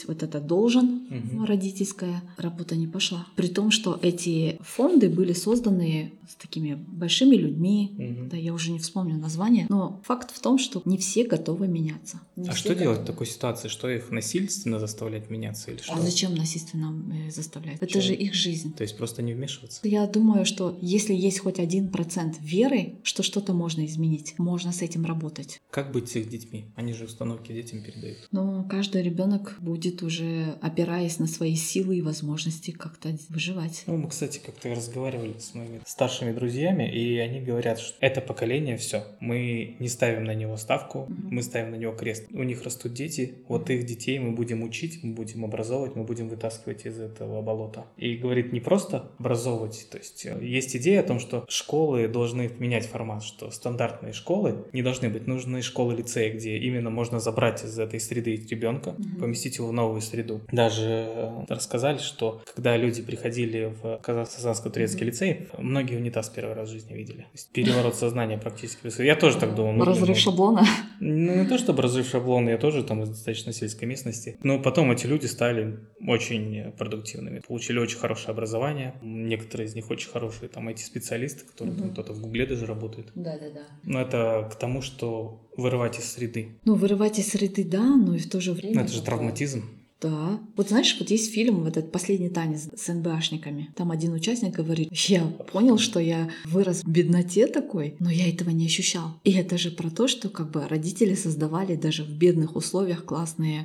есть вот это должен родительская, работа не пошла. При том, что эти фонды были созданы с такими большими людьми, да, я уже не вспомню название, но факт в том, что не все готовы меняться. А что делать в такой ситуации? Что их насильственно заставлять меняться или что? А зачем насильственно заставлять? Это же их жизнь. То есть просто не вмешиваться? Я думаю, что если есть хоть 1% веры, что что-то можно изменить, можно с этим работать. Как быть с их детьми? Они же установки детям передают. Но каждый ребенок будет уже, опираясь на свои силы и возможности, как-то выживать. Мы, кстати, как-то разговаривали с моими старшими друзьями, и они говорят, что это поколение все. Мы не ставим на него ставку, мы ставим на него крест. У них растут дети, вот их детей мы будем учить, мы будем образовывать, мы будем вытаскивать из этого болота. И говорит, не просто образовывать, то есть есть идея о том, что школы должны менять формат, что стандартные школы не должны быть, нужны школы-лицеи, где именно можно забрать из этой среды ребенка, поместить его в новую среду. Даже рассказали, что когда люди приходили в Казахстанско-турецкий лицей, многие унитаз первый раз в жизни видели. То есть переворот сознания практически. Я тоже так думал. Разрыв шаблона. Ну, не то чтобы разрыв шаблона, я тоже там из достаточно сельской местности. Но потом эти люди стали очень продуктивными. Получили очень хорошее образование. Некоторые из них очень хорошие там IT-специалисты, которые там кто-то в Гугле даже работает. Да. Но это к тому, что вырывать из среды. Ну, вырывать из среды, да, но и в то же время... Но это же травматизм. Да. Вот знаешь, вот есть фильм, вот этот «Последний танец» с НБАшниками. Там один участник говорит, я понял, что я вырос в бедноте такой, но я этого не ощущал. И это же про то, что как бы родители создавали даже в бедных условиях классный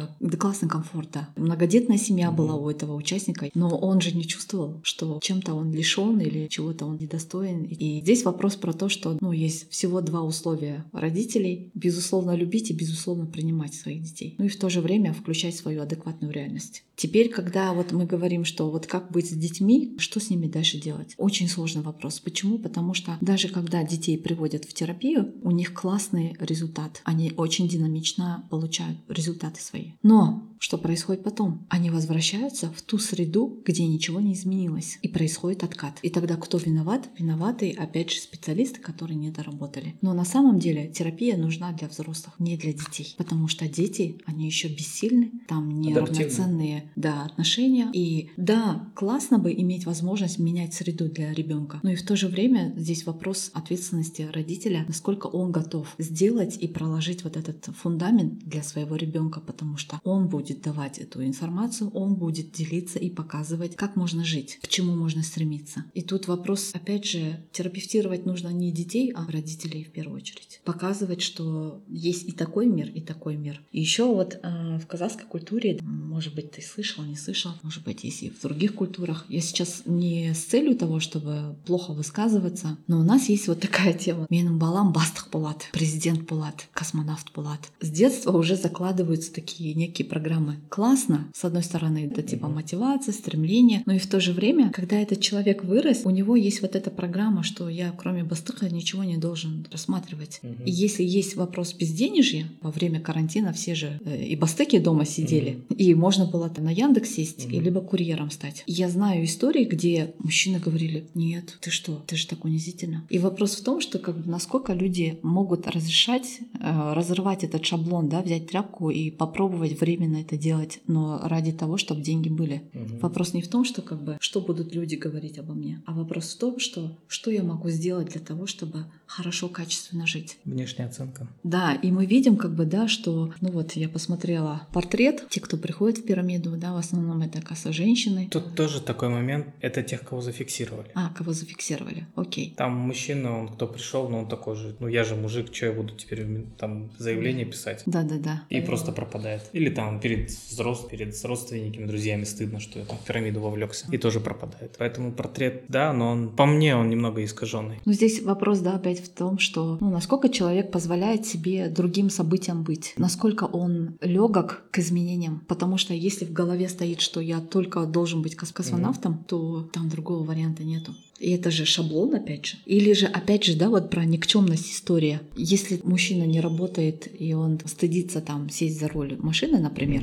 комфорт. Да. Многодетная семья была у этого участника, но он же не чувствовал, что чем-то он лишён или чего-то он недостоин. И здесь вопрос про то, что есть всего два условия родителей. Безусловно, любить и, безусловно, принимать своих детей. Ну и в то же время включать свою адекватную реальность. Теперь, когда вот мы говорим, что вот как быть с детьми, что с ними дальше делать? Очень сложный вопрос. Почему? Потому что даже когда детей приводят в терапию, у них классный результат. Они очень динамично получают результаты свои. Но что происходит потом? Они возвращаются в ту среду, где ничего не изменилось. И происходит откат. И тогда кто виноват? Виноваты, опять же, специалисты, которые не доработали. Но на самом деле терапия нужна для взрослых, не для детей. Потому что дети, они еще бессильны, там неравноценные отношения. И да, классно бы иметь возможность менять среду для ребенка. Но и в то же время здесь вопрос ответственности родителя, насколько он готов сделать и проложить вот этот фундамент для своего ребенка, потому что он будет давать эту информацию, он будет делиться и показывать, как можно жить, к чему можно стремиться. И тут вопрос, опять же, терапевтировать нужно не детей, а родителей в первую очередь. Показывать, что есть и такой мир, и такой мир. И еще вот в казахской культуре, может быть, ты слышал, не слышал, может быть, есть и в других культурах. Я сейчас не с целью того, чтобы плохо высказываться, но у нас есть вот такая тема. Менің балам бастық болады, президент болады, космонавт болады. С детства уже закладываются такие некие программы. Классно, с одной стороны, это типа мотивация, стремление, но и в то же время, когда этот человек вырос, у него есть вот эта программа, что я кроме бастыка ничего не должен рассматривать. И если есть вопрос безденежья, во время карантина все же и бастыки дома сидели, и можно было на Яндекс сесть, и либо курьером стать. Я знаю истории, где мужчины говорили, нет, ты что, это же так унизительно. И вопрос в том, что как бы насколько люди могут разрешать разрывать этот шаблон, да, взять тряпку и попробовать временно это делать, но ради того, чтобы деньги были. Вопрос не в том, что как бы что будут люди говорить обо мне, а вопрос в том, что я могу сделать для того, чтобы хорошо, качественно жить. Внешняя оценка. Да, и мы видим как бы, да, что, ну вот я посмотрела портрет, те, кто приходит в пирамиду, да, в основном это женщины. Тут тоже такой момент, это тех, кого зафиксировали. Кого зафиксировали, окей. Там мужчина, он кто пришел, но он такой же, я же мужик, что я буду теперь там заявление писать? Да. И просто пропадает. Или там перед родственниками, друзьями стыдно, что я там в пирамиду вовлекся, и тоже пропадает. Поэтому портрет, да, но он, по мне, он немного искаженный. Ну здесь вопрос, да, опять в том, что насколько человек позволяет себе другим событиям быть, насколько он легок к изменениям, потому что если в голове стоит, что я только должен быть космонавтом, то там другого варианта нету. И это же шаблон, опять же. Или же, опять же, да, вот про никчемность история. Если мужчина не работает, и он стыдится там сесть за руль машины, например,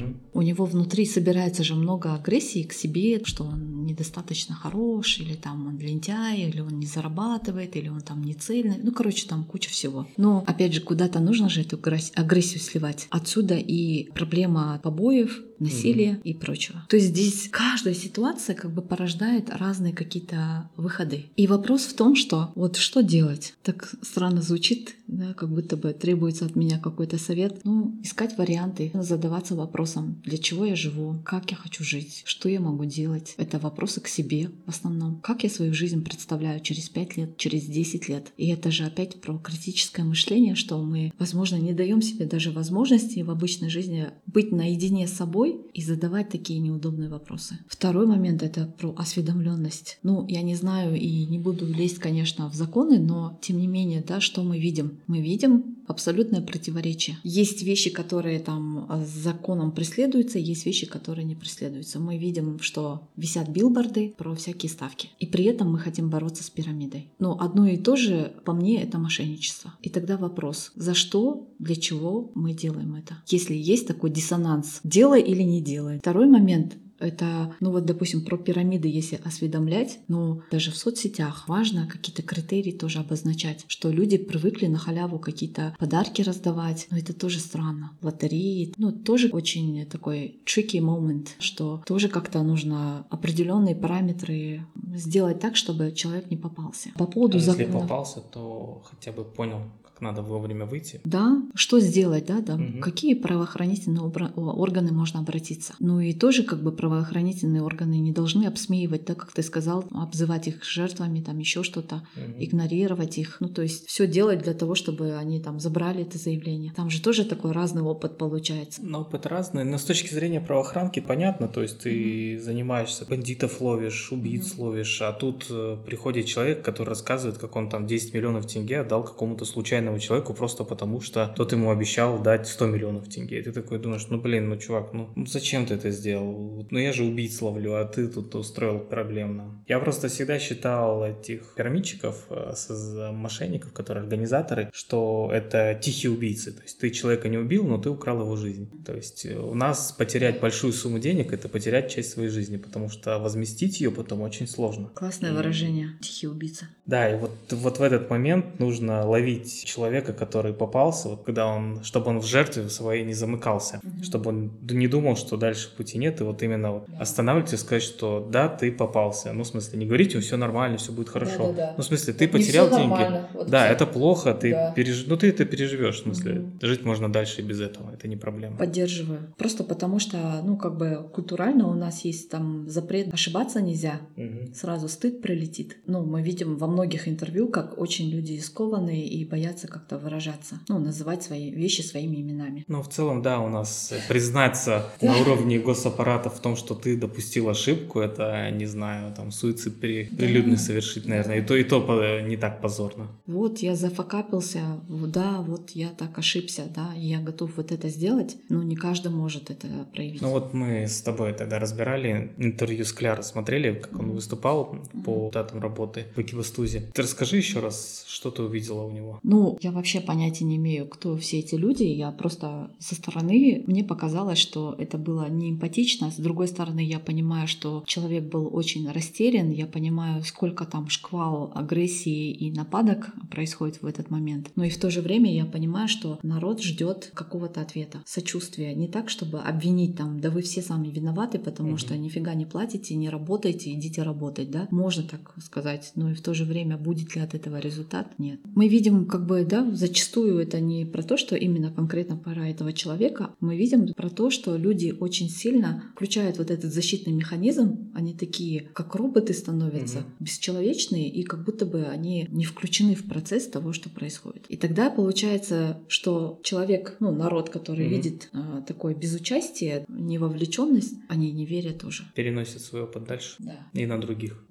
У него внутри собирается же много агрессии к себе, что он недостаточно хорош, или там он лентяй, или он не зарабатывает, или он там не цельный. Ну, короче, там куча всего. Но, опять же, куда-то нужно же эту агрессию сливать. Отсюда и проблема побоев, насилия и прочего. То есть здесь каждая ситуация как бы порождает разные какие-то выходы. И вопрос в том, что вот что делать? Так странно звучит, да, как будто бы требуется от меня какой-то совет. Ну, искать варианты, задаваться вопросом, для чего я живу, как я хочу жить, что я могу делать. Это вопросы к себе в основном. Как я свою жизнь представляю через 5 лет, через 10 лет. И это же опять про критическое мышление, что мы, возможно, не даем себе даже возможности в обычной жизни быть наедине с собой и задавать такие неудобные вопросы. Второй момент — это про осведомленность. Ну, я не знаю и не буду лезть, конечно, в законы, но тем не менее, да, что мы видим? Мы видим абсолютное противоречие. Есть вещи, которые там с законом преследуются, есть вещи, которые не преследуются. Мы видим, что висят билборды про всякие ставки. И при этом мы хотим бороться с пирамидой. Но одно и то же, по мне, это мошенничество. И тогда вопрос, за что, для чего мы делаем это? Если есть такой диссонанс, делай или не делай. Второй момент — это, ну вот, допустим, про пирамиды, если осведомлять, но даже в соцсетях важно какие-то критерии тоже обозначать, что люди привыкли на халяву какие-то подарки раздавать, но это тоже странно. Лотереи, ну, тоже очень такой tricky moment, что тоже как-то нужно определенные параметры сделать так, чтобы человек не попался. По поводу если законов. попался, то хотя бы понял, как надо вовремя выйти. Да, что сделать, да, какие правоохранительные органы можно обратиться. Ну и тоже как бы правоохранительные органы не должны обсмеивать, да, как ты сказал, обзывать их жертвами, там еще что-то, игнорировать их. Ну то есть все делать для того, чтобы они там забрали это заявление. Там же тоже такой разный опыт получается. Ну, опыт разный, но с точки зрения правоохранки понятно, то есть ты занимаешься, бандитов ловишь, убийц ловишь, а тут приходит человек, который рассказывает, как он там 10 миллионов тенге отдал какому-то случайному человеку просто потому, что тот ему обещал дать 100 миллионов тенге. И ты такой думаешь, ну блин, ну чувак, ну зачем ты это сделал? Ну я же убийц ловлю, а ты тут устроил проблем нам. Я просто всегда считал этих пирамидчиков, мошенников, которые организаторы, что это тихие убийцы. То есть ты человека не убил, но ты украл его жизнь. То есть у нас потерять большую сумму денег — это потерять часть своей жизни, потому что возместить ее потом очень сложно. Классное выражение «тихий убийца». Да, и вот в этот момент нужно ловить человека, который попался, вот когда чтобы он в жертве своей не замыкался, чтобы он не думал, что дальше пути нет, и вот именно вот останавливаться и сказать, что да, ты попался. Ну, в смысле, не говорите, все нормально, все будет хорошо. Ну, в смысле, ты потерял деньги. Вот да, это плохо, ты ну, ты это переживешь, в смысле, жить можно дальше и без этого, это не проблема. Поддерживаю. Просто потому что, ну, как бы культурально у нас есть там запрет, ошибаться нельзя, сразу стыд прилетит. Ну, мы видим во многих интервью, как очень люди скованные и боятся как-то выражаться, ну, называть свои вещи своими именами. Ну, в целом, да, у нас признаться на уровне госаппарата в том, что ты допустил ошибку, это, не знаю, там, суицид прилюдно совершить, наверное, и то не так позорно. Вот я зафакапился, да, вот я так ошибся, да, и я готов вот это сделать, но не каждый может это проявить. Ну вот мы с тобой тогда разбирали интервью Скляра, смотрели, как он выступал по датам работы в Экибастузе. Ты расскажи еще раз, что ты увидела у него. Ну, я вообще понятия не имею, кто все эти люди, я просто со стороны, мне показалось, что это было не эмпатично, с другой стороны, я понимаю, что человек был очень растерян, я понимаю, сколько там шквал агрессии и нападок происходит в этот момент, но и в то же время я понимаю, что народ ждет какого-то ответа, сочувствия, не так, чтобы обвинить там, да вы все сами виноваты, потому что нифига не платите, не работаете, идите работать, да, можно так сказать, но и в то же время будет ли от этого результат? Нет. Мы видим, как бы, да, зачастую это не про то, что именно конкретно про этого человека, мы видим про то, что люди очень сильно включают вот этот защитный механизм, они такие, как роботы становятся, бесчеловечные, и как будто бы они не включены в процесс того, что происходит. И тогда получается, что человек, ну, народ, который видит такое безучастие, невовлеченность, они не верят уже. Переносят свой опыт дальше и на других.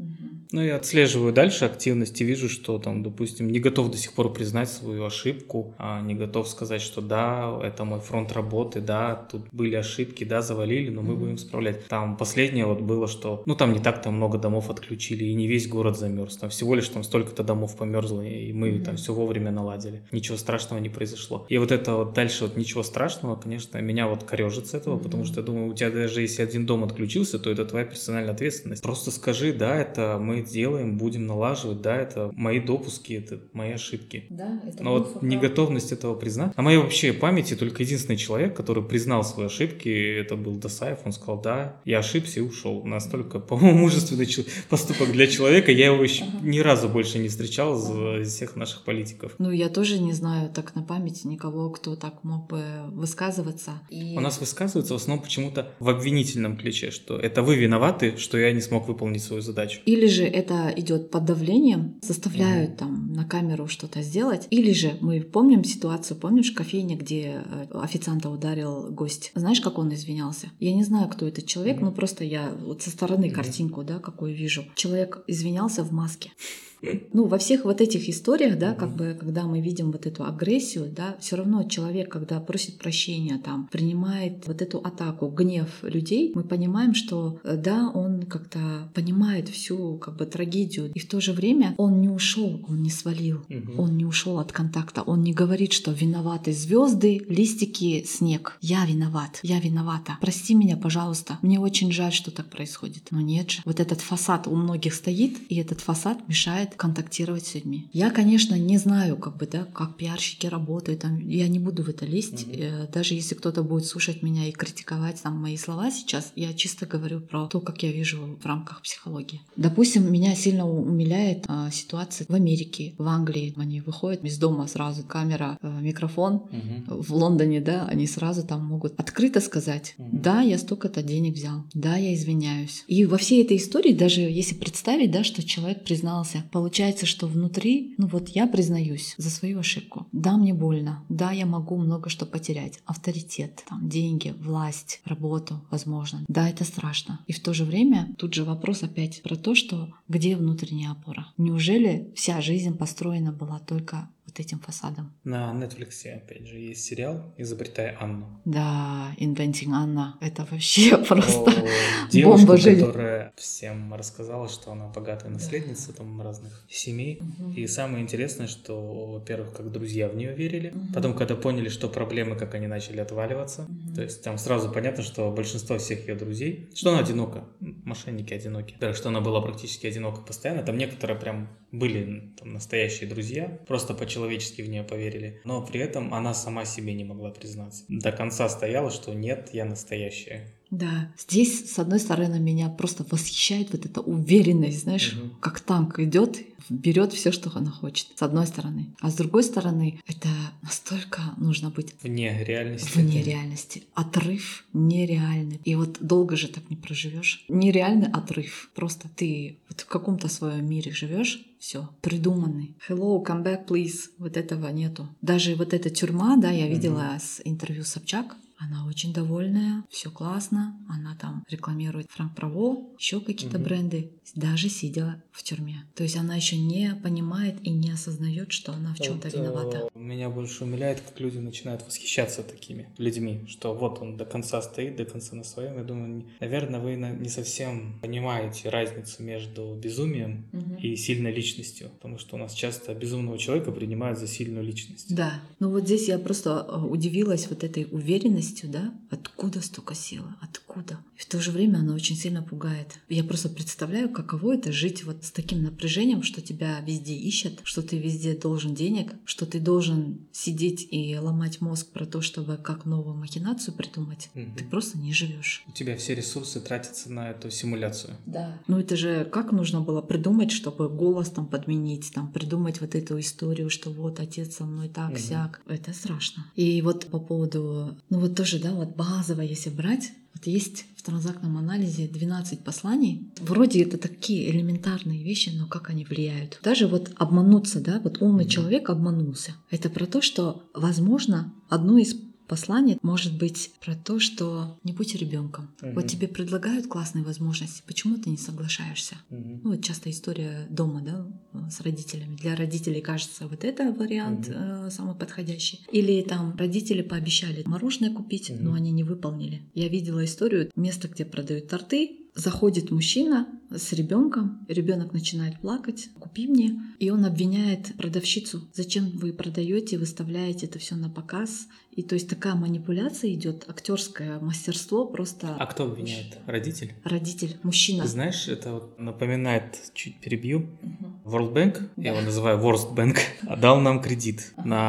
Ну, я отслеживаю дальше активность и вижу, что там, допустим, не готов до сих пор признать свою ошибку, не готов сказать, что да, это мой фронт работы, да, тут были ошибки, да, завалили, но мы будем исправлять. Там последнее вот было, что, ну, там не так-то много домов отключили, и не весь город замерз, там всего лишь там столько-то домов померзло, и мы там все вовремя наладили. Ничего страшного не произошло. И вот это вот дальше вот ничего страшного, конечно, меня вот корежит с этого, потому что я думаю, у тебя даже если один дом отключился, то это твоя персональная ответственность. Просто скажи, да, это мы делаем, будем налаживать, да, это мои допуски, это мои ошибки. Да, это Но вот неготовность этого признать. На моей вообще памяти только единственный человек, который признал свои ошибки, это был Досаев. Он сказал, да, я ошибся и ушел. Настолько, по-моему, мужественный поступок для человека. Я его еще ни разу больше не встречал из всех наших политиков. Ну, я тоже не знаю так на память никого, кто так мог бы высказываться. У нас высказываются в основном почему-то в обвинительном ключе, что это вы виноваты, что я не смог выполнить свою задачу. Или же это идет под давлением, заставляют там на камеру что-то сделать. Или же мы помним ситуацию, помнишь, кофейня, где официанта ударил гость. Знаешь, как он извинялся? Я не знаю, кто этот человек, но просто я вот со стороны картинку, да, какую вижу. Человек извинялся в маске. Ну, во всех вот этих историях, да, как бы, когда мы видим вот эту агрессию, да, все равно человек, когда просит прощения, там, принимает вот эту атаку, гнев людей, мы понимаем, что, да, он как-то понимает всю, как бы, трагедию, и в то же время он не ушел, он не свалил, он не ушел от контакта, он не говорит, что виноваты звезды, листики, снег. Я виноват, я виновата. Прости меня, пожалуйста. Мне очень жаль, что так происходит. Но нет же. Вот этот фасад у многих стоит, и этот фасад мешает контактировать с людьми. Я, конечно, не знаю, как бы, да, как пиарщики работают, там, я не буду в это лезть. Даже если кто-то будет слушать меня и критиковать там мои слова сейчас, я чисто говорю про то, как я вижу в рамках психологии. Допустим, меня сильно умиляет ситуация в Америке, в Англии. Они выходят из дома сразу, камера, микрофон. В Лондоне, да, они сразу там могут открыто сказать, да, я столько-то денег взял, да, я извиняюсь. И во всей этой истории, даже если представить, да, что человек признался, получается, что внутри, ну вот я признаюсь за свою ошибку. Да, мне больно. Да, я могу много что потерять. Авторитет, там, деньги, власть, работу, возможно. Да, это страшно. И в то же время тут же вопрос опять про то, что где внутренняя опора? Неужели вся жизнь построена была только вот этим фасадом? На Netflix, опять же, есть сериал «Изобретая Анну». Да, Inventing Anna. Это вообще просто девушку, бомба жизни. Которая всем рассказала, что она богатая наследница там разных семей. И самое интересное, что, во-первых, как друзья в нее верили. Потом, когда поняли, что проблемы, как они начали отваливаться. То есть там сразу понятно, что большинство всех ее друзей, что она одинока, мошенники одиноки. Да, что она была практически одинока постоянно. Там некоторые прям были там настоящие друзья, просто по-человечески в нее поверили. Но при этом она сама себе не могла признаться. До конца стояла, что нет, я настоящая. Да, здесь, с одной стороны, меня просто восхищает вот эта уверенность, знаешь, как танк идет, берет все, что она хочет, с одной стороны. А с другой стороны, это настолько нужно быть вне реальности. Вне реальности. Отрыв нереальный. И вот долго же так не проживешь. Нереальный отрыв. Просто ты вот в каком-то своем мире живешь, все придуманный. Hello, come back, please. Вот этого нету. Даже вот эта тюрьма, да, я видела с интервью Собчак. Она очень довольная, все классно. Она там рекламирует Франк Право, еще какие-то бренды, даже сидя в тюрьме. То есть она еще не понимает и не осознает, что она в чем-то виновата. Меня больше умиляет, как люди начинают восхищаться такими людьми, что вот он до конца стоит, до конца на своем. Я думаю, наверное, вы не совсем понимаете разницу между безумием и сильной личностью, потому что у нас часто безумного человека принимают за сильную личность. Да, ну вот здесь я просто удивилась вот этой уверенностью, да, откуда столько силы, откуда. И в то же время она очень сильно пугает. Я просто представляю, каково это жить вот с таким напряжением, что тебя везде ищут, что ты везде должен денег, что ты должен сидеть и ломать мозг про то, чтобы как новую махинацию придумать. Ты просто не живешь. У тебя все ресурсы тратятся на эту симуляцию. Да. Ну это же как нужно было придумать, чтобы голос там подменить, там придумать вот эту историю, что вот отец со мной так, сяк. Это страшно. И вот по поводу, ну вот тоже, да, вот базово, если брать, вот есть в транзактном анализе 12 посланий. Вроде это такие элементарные вещи, но как они влияют. Даже вот обмануться, да, вот умный человек обманулся. Это про то, что, возможно, одну из послание может быть про то, что не будь ребенком. Вот тебе предлагают классные возможности, почему ты не соглашаешься? Ну, вот часто история дома, да, с родителями. Для родителей кажется, вот это вариант самый подходящий. Или там родители пообещали мороженое купить, но они не выполнили. Я видела историю, место, где продают торты, заходит мужчина с ребенком, ребенок начинает плакать, купи мне, и он обвиняет продавщицу, зачем вы продаете, выставляете это все на показ. И то есть такая манипуляция идет, актерское мастерство просто. А кто обвиняет? Родитель? Родитель, мужчина. Ты знаешь, это вот напоминает, чуть перебью, World Bank, я его называю Worst Bank, дал нам кредит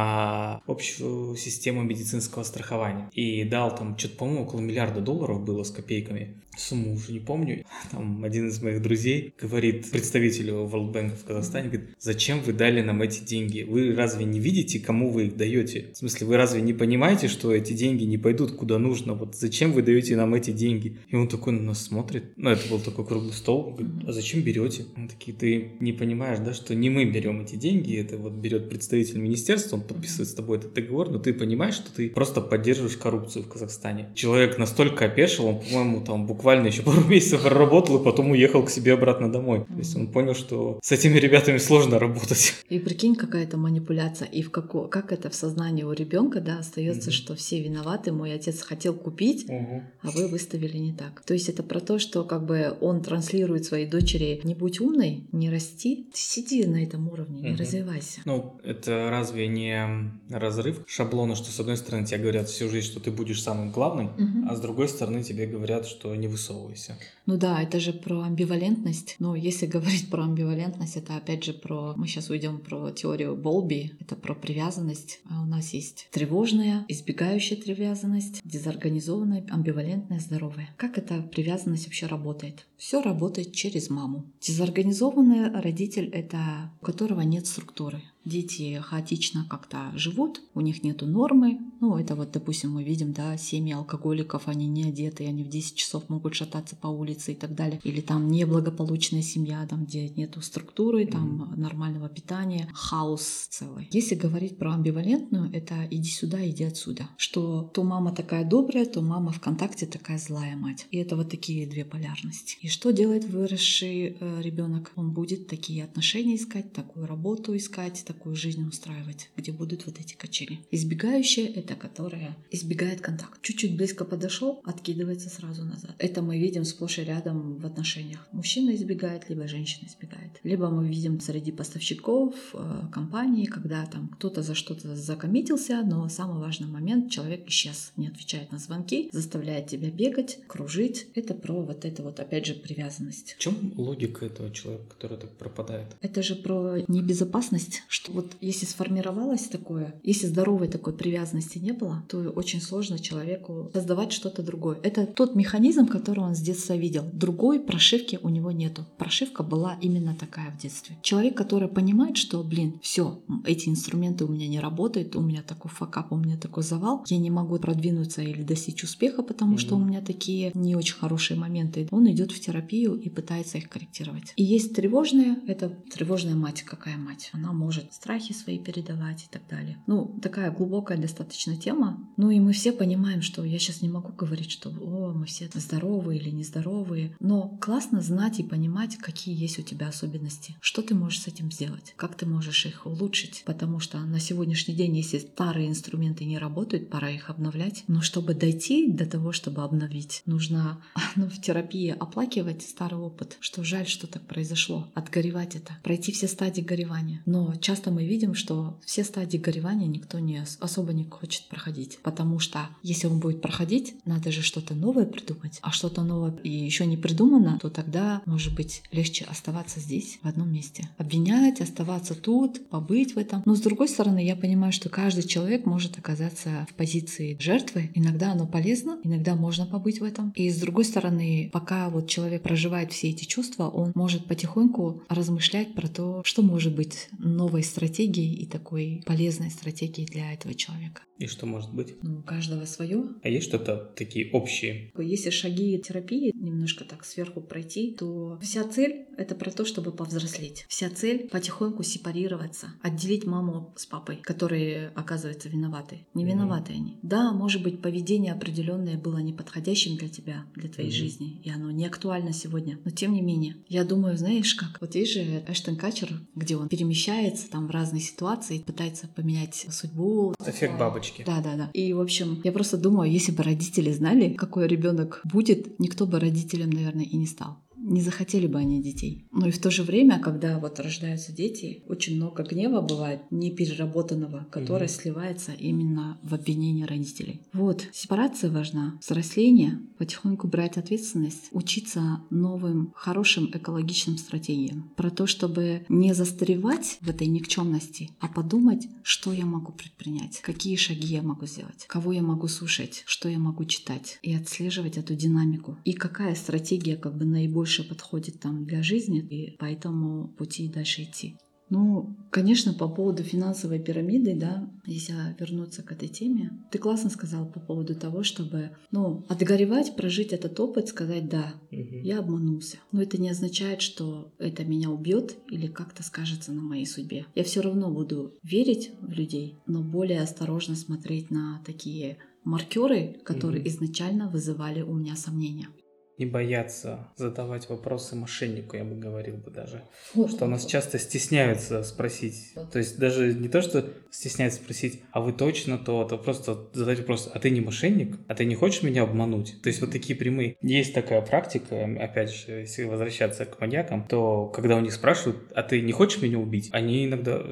на общую систему медицинского страхования. И дал там что-то, по-моему, около $1 миллиарда было с копейками. Сумму уже не помню. Там один из моих друзей говорит представителю World Bank в Казахстане, говорит, зачем вы дали нам эти деньги? Вы разве не видите, кому вы их даете? В смысле, вы разве не понимаете, что эти деньги не пойдут куда нужно? Вот зачем вы даете нам эти деньги? И он такой на нас смотрит. Ну, это был такой круглый стол. Говорит, а зачем берете? Мы такие, ты не понимаешь, да, что не мы берем эти деньги, это вот берет представитель министерства, он подписывает с тобой этот договор, но ты понимаешь, что ты просто поддерживаешь коррупцию в Казахстане. Человек настолько опешил, он, по-моему, там буквально еще пару месяцев проработал и потом уехал к себе обратно домой. То есть он понял, что с этими ребятами сложно работать. И прикинь, какая-то манипуляция. И как это в сознании у ребенка, да, остается, что все виноваты, мой отец хотел купить, а вы выставили не так. То есть это про то, что как бы он транслирует своей дочери: не будь умной, не расти, сиди на этом уровне, не развивайся. Ну, это разве не разрыв шаблона, что с одной стороны тебе говорят всю жизнь, что ты будешь самым главным, а с другой стороны тебе говорят, что не высовывайся. Ну да, это же про амбивалентность. Но если говорить про амбивалентность, это опять же про... Мы сейчас уйдем про теорию Болби. Это про привязанность. А у нас есть тревожная, избегающая привязанность, дезорганизованная, амбивалентная, здоровая. Как эта привязанность вообще работает? Все работает через маму. Дезорганизованный родитель — это у которого нет структуры. Дети хаотично как-то живут, у них нету нормы. Ну, это вот, допустим, мы видим, да, семьи алкоголиков, они не одеты, они в 10 часов могут шататься по улице и так далее. Или там неблагополучная семья, там, где нету структуры, там нормального питания, хаос целый. Если говорить про амбивалентную, это иди сюда, иди отсюда. Что то мама такая добрая, то мама ВКонтакте такая злая мать. И это вот такие две полярности. И что делает выросший ребенок? Он будет такие отношения искать, такую работу искать, такую жизнь устраивать, где будут вот эти качели. Избегающая — это которая избегает контакта. Чуть-чуть близко подошел, откидывается сразу назад. Это мы видим сплошь и рядом в отношениях. Мужчина избегает, либо женщина избегает. Либо мы видим среди поставщиков компании, когда там кто-то за что-то закоммитился, но самый важный момент — человек исчез, не отвечает на звонки, заставляет тебя бегать, кружить. Это про вот это вот, опять же, привязанность. В чем логика этого человека, который так пропадает? Это же про небезопасность, что вот если сформировалось такое, если здоровой такой привязанности не было, то очень сложно человеку создавать что-то другое. Это тот механизм, который он с детства видел. Другой прошивки у него нету. Прошивка была именно такая в детстве. Человек, который понимает, что, все, эти инструменты у меня не работают, у меня такой факап, у меня такой завал, я не могу продвинуться или достичь успеха, потому что у меня такие не очень хорошие моменты. Он идет в терапию и пытается их корректировать. И есть тревожная, это тревожная мать. Какая мать? Она может страхи свои передавать и так далее. Ну, такая глубокая достаточно тема. Ну и мы все понимаем, что я сейчас не могу говорить, что мы все здоровые или нездоровые. Но классно знать и понимать, какие есть у тебя особенности. Что ты можешь с этим сделать? Как ты можешь их улучшить? Потому что на сегодняшний день, если старые инструменты не работают, пора их обновлять. Но чтобы дойти до того, чтобы обновить, нужно в терапии оплакивать старый опыт, что жаль, что так произошло. Отгоревать это. Пройти все стадии горевания. Но часто мы видим, что все стадии горевания никто особо не хочет проходить. Потому что если он будет проходить, надо же что-то новое придумать. А что-то новое и еще не придумано, то тогда, может быть, легче оставаться здесь, в одном месте. Обвинять, оставаться тут, побыть в этом. Но с другой стороны, я понимаю, что каждый человек может оказаться в позиции жертвы. Иногда оно полезно, иногда можно побыть в этом. И с другой стороны, пока вот человек проживает все эти чувства, он может потихоньку размышлять про то, что может быть новой стратегией и такой полезной стратегией для этого человека. И что может быть? Ну, у каждого свое. А есть что-то такие общие? Если шаги терапии немножко так сверху пройти, то вся цель — это про то, чтобы повзрослеть. Вся цель — потихоньку сепарироваться, отделить маму с папой, которые, оказывается, виноваты. Не виноваты они. Да, может быть, поведение определенное было неподходящим для тебя, для твоей жизни, и оно не актуально сегодня. Но тем не менее, я думаю, знаешь как? Вот есть же Эштон Катчер, где он перемещается там в разные ситуации, пытается поменять судьбу. Эффект бабочки. Да. И, в общем, я просто думаю, если бы родители знали, какой ребенок будет, никто бы родителем, наверное, и не стал. Не захотели бы они детей. Но и в то же время, когда вот рождаются дети, очень много гнева бывает непереработанного, которое сливается именно в обвинение родителей. Вот, сепарация важна, взросление, потихоньку брать ответственность, учиться новым, хорошим экологичным стратегиям. Про то, чтобы не застревать в этой никчемности, а подумать, что я могу предпринять, какие шаги я могу сделать, кого я могу слушать, что я могу читать, и отслеживать эту динамику. И какая стратегия как бы наибольше подходит там для жизни, и по этому пути дальше идти. Ну, конечно, по поводу финансовой пирамиды, да, если вернуться к этой теме, ты классно сказал по поводу того, чтобы, отгоревать, прожить этот опыт, сказать, да, я обманулся. Но это не означает, что это меня убьет или как-то скажется на моей судьбе. Я все равно буду верить в людей, но более осторожно смотреть на такие маркеры, которые изначально вызывали у меня сомнения. Не бояться задавать вопросы мошеннику, я бы говорил бы даже. Вот. Что нас часто стесняются спросить. То есть даже не то, что стесняются спросить, а вы точно то, просто задать вопрос, а ты не мошенник? А ты не хочешь меня обмануть? То есть вот такие прямые. Есть такая практика, опять же, если возвращаться к маньякам, то когда у них спрашивают, а ты не хочешь меня убить? Они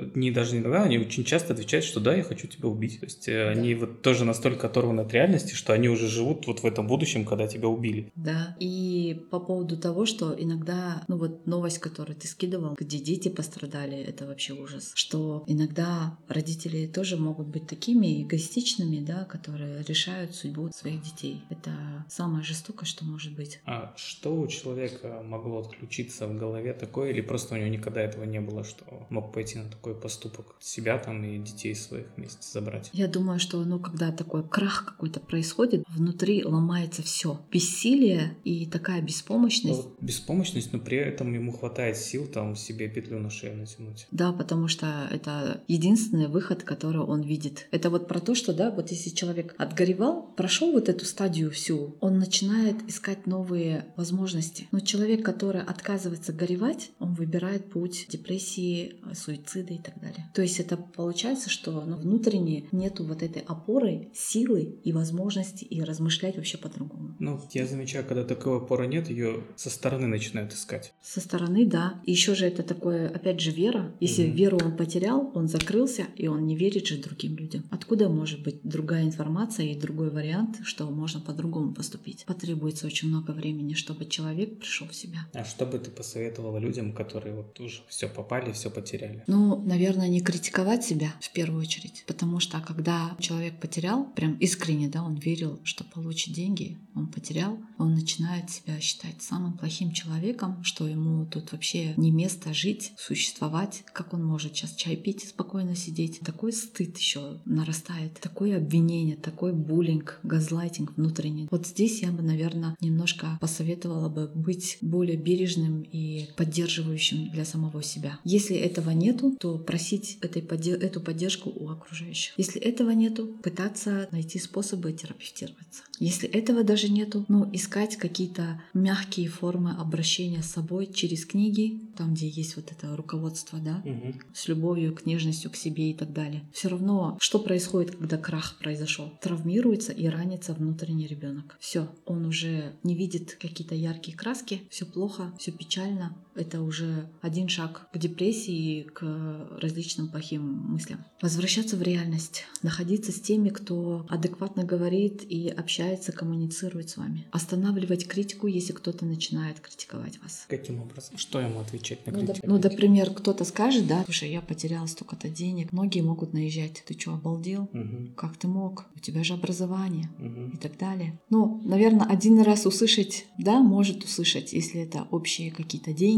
они очень часто отвечают, что да, я хочу тебя убить. То есть они вот тоже настолько оторваны от реальности, что они уже живут вот в этом будущем, когда тебя убили. Да. И по поводу того, что иногда, новость, которую ты скидывал, где дети пострадали, это вообще ужас. Что иногда родители тоже могут быть такими эгоистичными, да, которые решают судьбу своих детей. Это самое жестокое, что может быть. А что у человека могло отключиться в голове такое, или просто у него никогда этого не было, что мог пойти на такой поступок, себя там и детей своих вместе забрать? Я думаю, что, когда такой крах какой-то происходит, внутри ломается все. Бессилие и такая беспомощность. Беспомощность, но при этом ему хватает сил там себе петлю на шею натянуть. Да, потому что это единственный выход, который он видит. Это вот про то, что, да, вот если человек отгоревал, прошел вот эту стадию всю, он начинает искать новые возможности. Но человек, который отказывается горевать, он выбирает путь депрессии, суицида и так далее. То есть это получается, что внутренне нету вот этой опоры, силы и возможности и размышлять вообще по-другому. Я замечаю, когда такой опоры нет, ее со стороны начинают искать. Со стороны, да. И еще же это такое, опять же, вера. Если веру он потерял, он закрылся, и он не верит же другим людям. Откуда может быть другая информация и другой вариант, что можно по-другому поступить? Потребуется очень много времени, чтобы человек пришел в себя. А что бы ты посоветовала людям, которые вот уже все попали, все потеряли? Наверное, не критиковать себя в первую очередь. Потому что когда человек потерял, прям искренне, да, он верил, что получит деньги, он потерял, он начинает себя считать самым плохим человеком, что ему тут вообще не место жить, существовать. Как он может сейчас чай пить и спокойно сидеть? Такой стыд еще нарастает, такое обвинение, такой буллинг, газлайтинг внутренний. Вот здесь я бы, наверное, немножко посоветовала бы быть более бережным и поддерживающим для самого себя. Если этого нету, то просить эту поддержку у окружающих. Если этого нету, пытаться найти способы терапевтироваться. Если этого даже нету, искать какие-то мягкие формы обращения с собой через книги, там, где есть вот это руководство, да, с любовью, к нежностью к себе и так далее. Все равно, что происходит, когда крах произошел? Травмируется и ранится внутренний ребенок. Все, он уже не видит какие-то яркие краски, все плохо, все печально. Это уже один шаг к депрессии, к различным плохим мыслям. Возвращаться в реальность, находиться с теми, кто адекватно говорит и общается, коммуницирует с вами. Останавливать критику, если кто-то начинает критиковать вас. Каким образом? Что ему отвечать на критику? Например, кто-то скажет, да, слушай, я потерял столько-то денег. Многие могут наезжать. Ты что, обалдел? Как ты мог? У тебя же образование. И так далее. Наверное, один раз услышать, да, может услышать, если это общие какие-то деньги,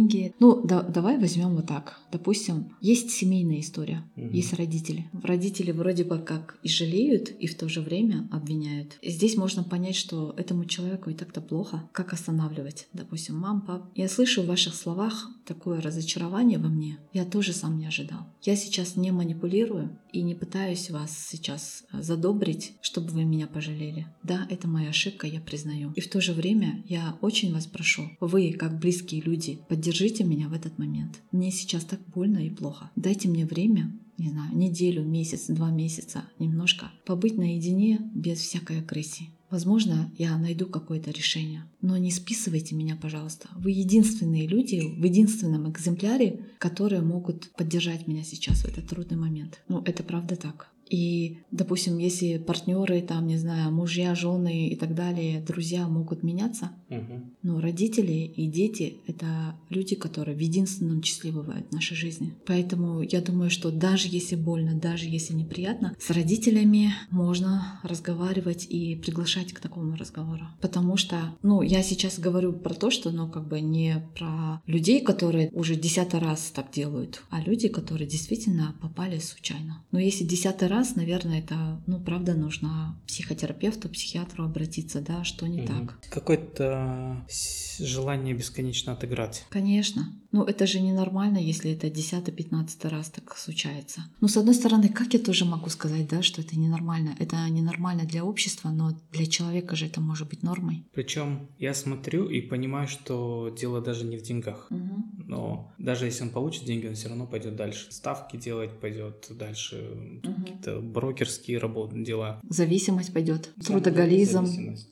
деньги. Ну, давай возьмем вот так. Допустим, есть семейная история, есть родители. Родители вроде бы как и жалеют, и в то же время обвиняют. И здесь можно понять, что этому человеку и так-то плохо. Как останавливать? Допустим, мам, пап, я слышу в ваших словах такое разочарование во мне. Я тоже сам не ожидал. Я сейчас не манипулирую и не пытаюсь вас сейчас задобрить, чтобы вы меня пожалели. Да, это моя ошибка, я признаю. И в то же время я очень вас прошу, вы, как близкие люди, поддержите меня в этот момент. Мне сейчас так больно и плохо. Дайте мне время, не знаю, неделю, месяц, 2 месяца, немножко побыть наедине без всякой агрессии. Возможно, я найду какое-то решение, но не списывайте меня, пожалуйста. Вы единственные люди в единственном экземпляре, которые могут поддержать меня сейчас в этот трудный момент. Ну, это правда так. И, допустим, если партнеры, там, не знаю, мужья, жены и так далее, друзья могут меняться, но родители и дети — это люди, которые в единственном числе бывают в нашей жизни. Поэтому я думаю, что даже если больно, даже если неприятно, с родителями можно разговаривать и приглашать к такому разговору. Потому что, я сейчас говорю про то, что, не про людей, которые уже 10-й раз так делают, а люди, которые действительно попали случайно. Но если 10-й раз, наверное, это, правда, нужно психотерапевту, психиатру обратиться, да, что не так. Какое-то желание бесконечно отыграть. Конечно. Это же ненормально, если это 10-15 раз так случается. С одной стороны, как я тоже могу сказать, да, что это ненормально? Это ненормально для общества, но для человека же это может быть нормой. Причем я смотрю и понимаю, что дело даже не в деньгах. Но даже если он получит деньги, он все равно пойдет дальше. Ставки делать пойдет дальше, какие-то брокерские работы, дела. Зависимость пойдет, трудоголизм,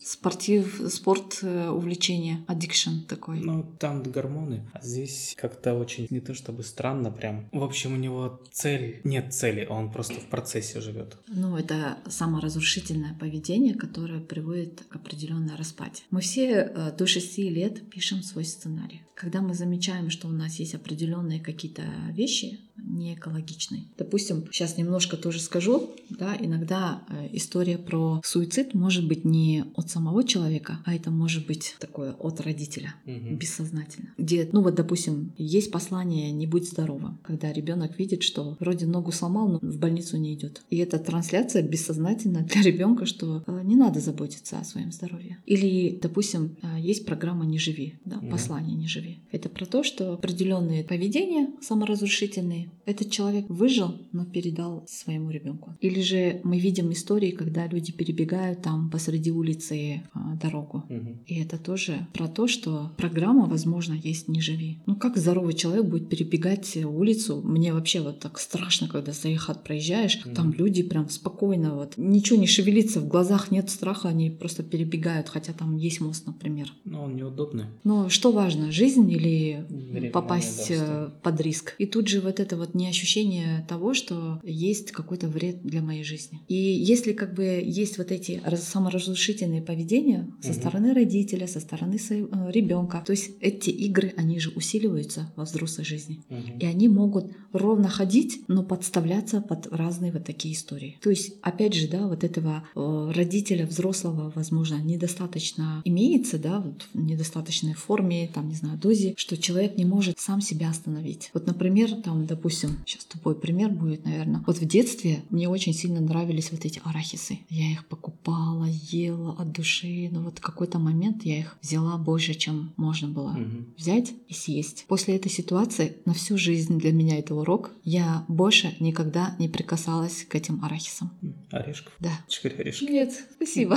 спорт, увлечение, addiction такой. Там гормоны, а здесь как-то очень не то чтобы странно прям. В общем, у него нет цели, он просто в процессе живет. Это саморазрушительное поведение, которое приводит к определенной распаде. Мы все до 6 лет пишем свой сценарий. Когда мы замечаем, что у нас есть определенные какие-то вещи не экологичные. Допустим, сейчас немножко тоже скажу, да, иногда история про суицид может быть не от самого человека, а это может быть такое от родителя, бессознательно. Где, допустим, есть послание «не будь здоровым», когда ребенок видит, что вроде ногу сломал, но в больницу не идет. И это трансляция бессознательно для ребенка, что не надо заботиться о своем здоровье. Или, допустим, есть программа «Не живи», да, послание «Не живи». Это про то, что определенные поведения саморазрушительные этот человек выжил, но передал своему ребенку. Или же мы видим истории, когда люди перебегают там посреди улицы дорогу. И это тоже про то, что программа, возможно, есть «Не живи». Как здоровый человек будет перебегать улицу? Мне вообще вот так страшно, когда Саихат проезжаешь, там люди прям спокойно, ничего не шевелится, в глазах нет страха, они просто перебегают, хотя там есть мост, например. Он неудобный. Но что важно, жизнь или попасть под риск? И тут же это не ощущение того, что есть какой-то вред для моей жизни. И если есть эти саморазрушительные поведения со стороны родителя, со стороны ребенка, то есть эти игры, они же усиливаются во взрослой жизни. И они могут ровно ходить, но подставляться под разные такие истории. То есть, опять же, да, этого родителя взрослого, возможно, недостаточно имеется, да, в недостаточной форме, там, не знаю, дозе, что человек не может сам себя остановить. Например, там, допустим, сейчас тупой пример будет, наверное. В детстве мне очень сильно нравились эти арахисы. Я их покупала, ела от души, но в какой-то момент я их взяла больше, чем можно было взять и съесть. После этой ситуации на всю жизнь для меня это урок. Я больше никогда не прикасалась к этим арахисам. Орешков? Да. Орешки. Нет, спасибо.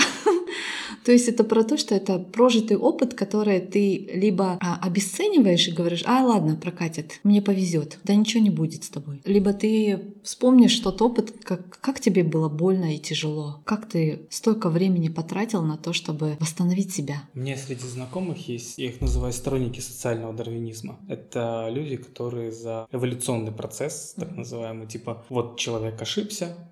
То есть это про то, что это прожитый опыт, который ты либо обесцениваешь и говоришь: ладно, прокатит, мне повезет, да ничего не будет с тобой. Либо ты вспомнишь тот опыт, как тебе было больно и тяжело, как ты столько времени потратил на то, чтобы восстановить себя. У меня среди знакомых есть, я их называю сторонники социального дарвинизма. Это люди, которые за эволюционный процесс, так называемый, типа вот человек ошибся,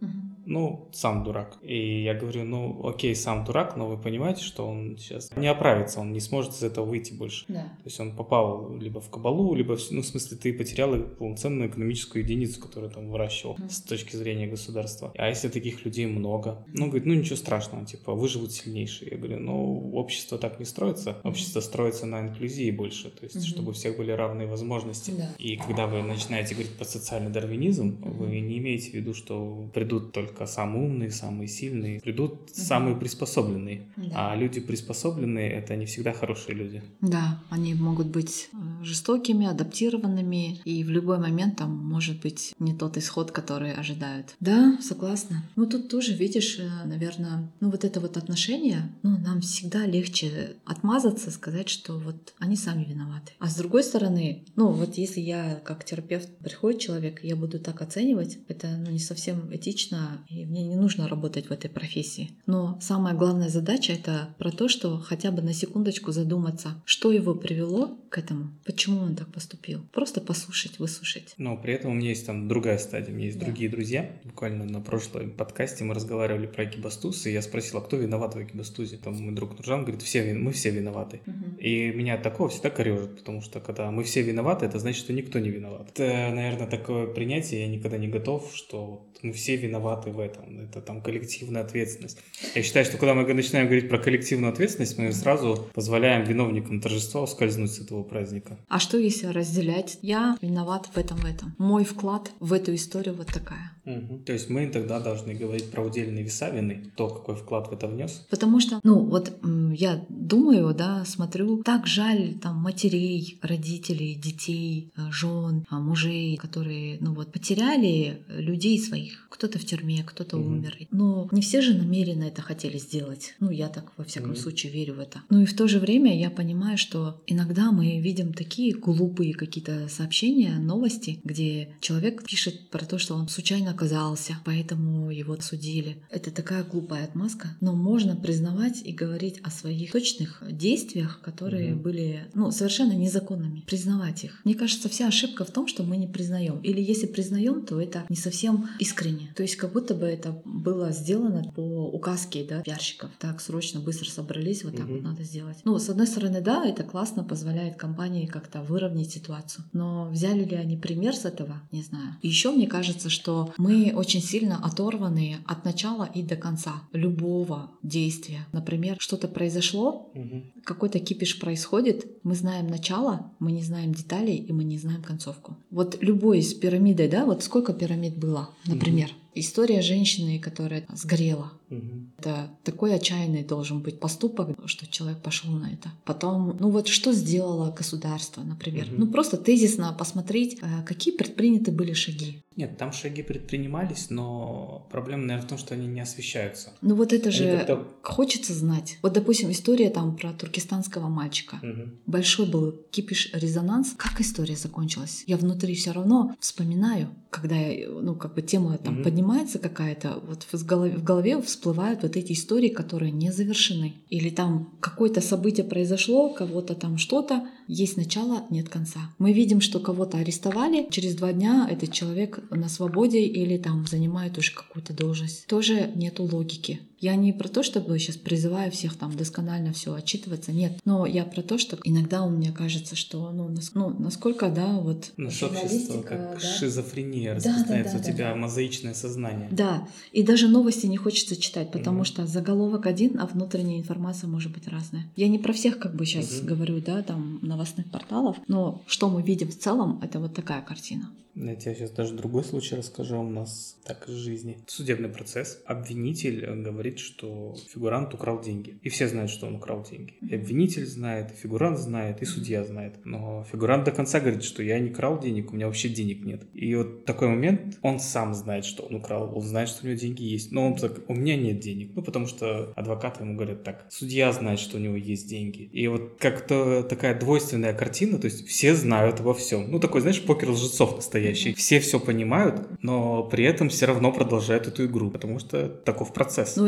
ну, сам дурак. И я говорю, ну, окей, сам дурак, но вы понимаете, что он сейчас не оправится, он не сможет из этого выйти больше. Да. То есть он попал либо в кабалу, либо, ну, в смысле, ты потерял полноценную экономическую единицу, которую там выращивал с точки зрения государства. А если таких людей много? Ну, говорит, ну, ничего страшного, типа, выживут сильнейшие. Я говорю, ну, общество так не строится. Общество строится на инклюзии больше, то есть, чтобы у всех были равные возможности. Да. И когда вы начинаете говорить про социальный дарвинизм, вы не имеете в виду, что придут только самые умные, самые сильные, придут самые приспособленные. Да. А люди приспособленные — это не всегда хорошие люди. Да, они могут быть жестокими, адаптированными, и в любой момент там может быть не тот исход, который ожидают. Да, согласна. Ну тут тоже, видишь, наверное, ну вот это вот отношение, ну нам всегда легче отмазаться, сказать, что вот они сами виноваты. А с другой стороны, ну вот если я как терапевт, приходит человек, я буду так оценивать, это ну, не совсем этично, и мне не нужно работать в этой профессии. Но самая главная задача — это про то, что хотя бы на секундочку задуматься, что его привело к этому, почему он так поступил. Просто послушать, выслушать. Но при этом у меня есть там другая стадия, у меня есть другие друзья. Буквально на прошлом подкасте мы разговаривали про экибастуз, и я спросил, а кто виноват в экибастузе? Там мой друг Нуржан говорит, мы все виноваты. И меня от такого всегда корежит, потому что когда мы все виноваты, это значит, что никто не виноват. Это, наверное, такое принятие, я никогда не готов, что мы все виноваты в этом. Это там коллективная ответственность. Я считаю, что когда мы начинаем говорить про коллективную ответственность, мы сразу позволяем виновникам торжества ускользнуть с этого праздника. А что если разделять? Я виноват в этом. Мой вклад в эту историю вот такая. То есть мы тогда должны говорить про удельные веса вины, кто какой вклад в это внес. Потому что, ну вот я думаю, да, смотрю, так жаль там матерей, родителей, детей, жен, мужей, которые, ну вот, потеряли людей своих. Кто-то в тюрьме, кто-то умер. Но не все же намеренно это хотели сделать. Ну, я так во всяком случае верю в это. Ну и в то же время я понимаю, что иногда мы видим такие глупые какие-то сообщения, новости, где человек пишет про то, что он случайно оказался, поэтому его осудили. Это такая глупая отмазка. Но можно признавать и говорить о своих точных действиях, которые были, ну, совершенно незаконными. Признавать их. Мне кажется, вся ошибка в том, что мы не признаем. Или если признаем, то это не совсем искренне. То есть как будто бы это было сделано по указке, да, пиарщиков. Так, срочно, быстро собрались, вот так вот надо сделать. Ну, с одной стороны, да, это классно, позволяет компании как-то выровнять ситуацию. Но взяли ли они пример с этого? Не знаю. И еще мне кажется, что мы очень сильно оторваны от начала и до конца любого действия. Например, что-то произошло, какой-то кипиш происходит, мы знаем начало, мы не знаем деталей, и мы не знаем концовку. Вот любой из пирамидой, да, вот сколько пирамид было, например. История женщины, которая сгорела. Это такой отчаянный должен быть поступок, что человек пошел на это. Потом, ну вот что сделало государство, например. Ну просто тезисно посмотреть, какие предприняты были шаги. Нет, там шаги предпринимались, но проблема, наверное, в том, что они не освещаются. Ну вот это же хочется знать. Вот, допустим, история там про туркестанского мальчика. Большой был кипиш, резонанс. Как история закончилась? Я внутри все равно вспоминаю, когда ну как бы тема там поднимается какая-то, вот в голове всплывают вот эти истории, которые не завершены. Или там какое-то событие произошло, кого-то там что-то, есть начало, нет конца. Мы видим, что кого-то арестовали, через 2 дня этот человек на свободе или там занимает уже какую-то должность. Тоже нету логики. Я не про то, чтобы сейчас призываю всех там досконально все отчитываться, нет. Но я про то, что иногда мне кажется, что насколько, да, вот общество как шизофрения распространяется, у тебя мозаичное сознание. Да, и даже новости не хочется читать, потому что заголовок один, а внутренняя информация может быть разная. Я не про всех как бы сейчас говорю, да, там новостных порталов, но что мы видим в целом, это вот такая картина. Я тебе сейчас даже другой случай расскажу. У нас так из жизни. Судебный процесс. Обвинитель говорит, что фигурант украл деньги. И все знают, что он украл деньги. И обвинитель знает, и фигурант знает, и судья знает. Но фигурант до конца говорит, что я не крал денег, у меня вообще денег нет. И вот такой момент, он сам знает, что он украл, он знает, что у него деньги есть. Но он так, у меня нет денег. Ну, потому что адвокаты ему говорят так. Судья знает, что у него есть деньги. И вот как-то такая двойственная картина, то есть все знают обо всем. Ну, такой, знаешь, покер лжецов настоящий. Все понимают, но при этом все равно продолжают эту игру, потому что таков процесс. Ну,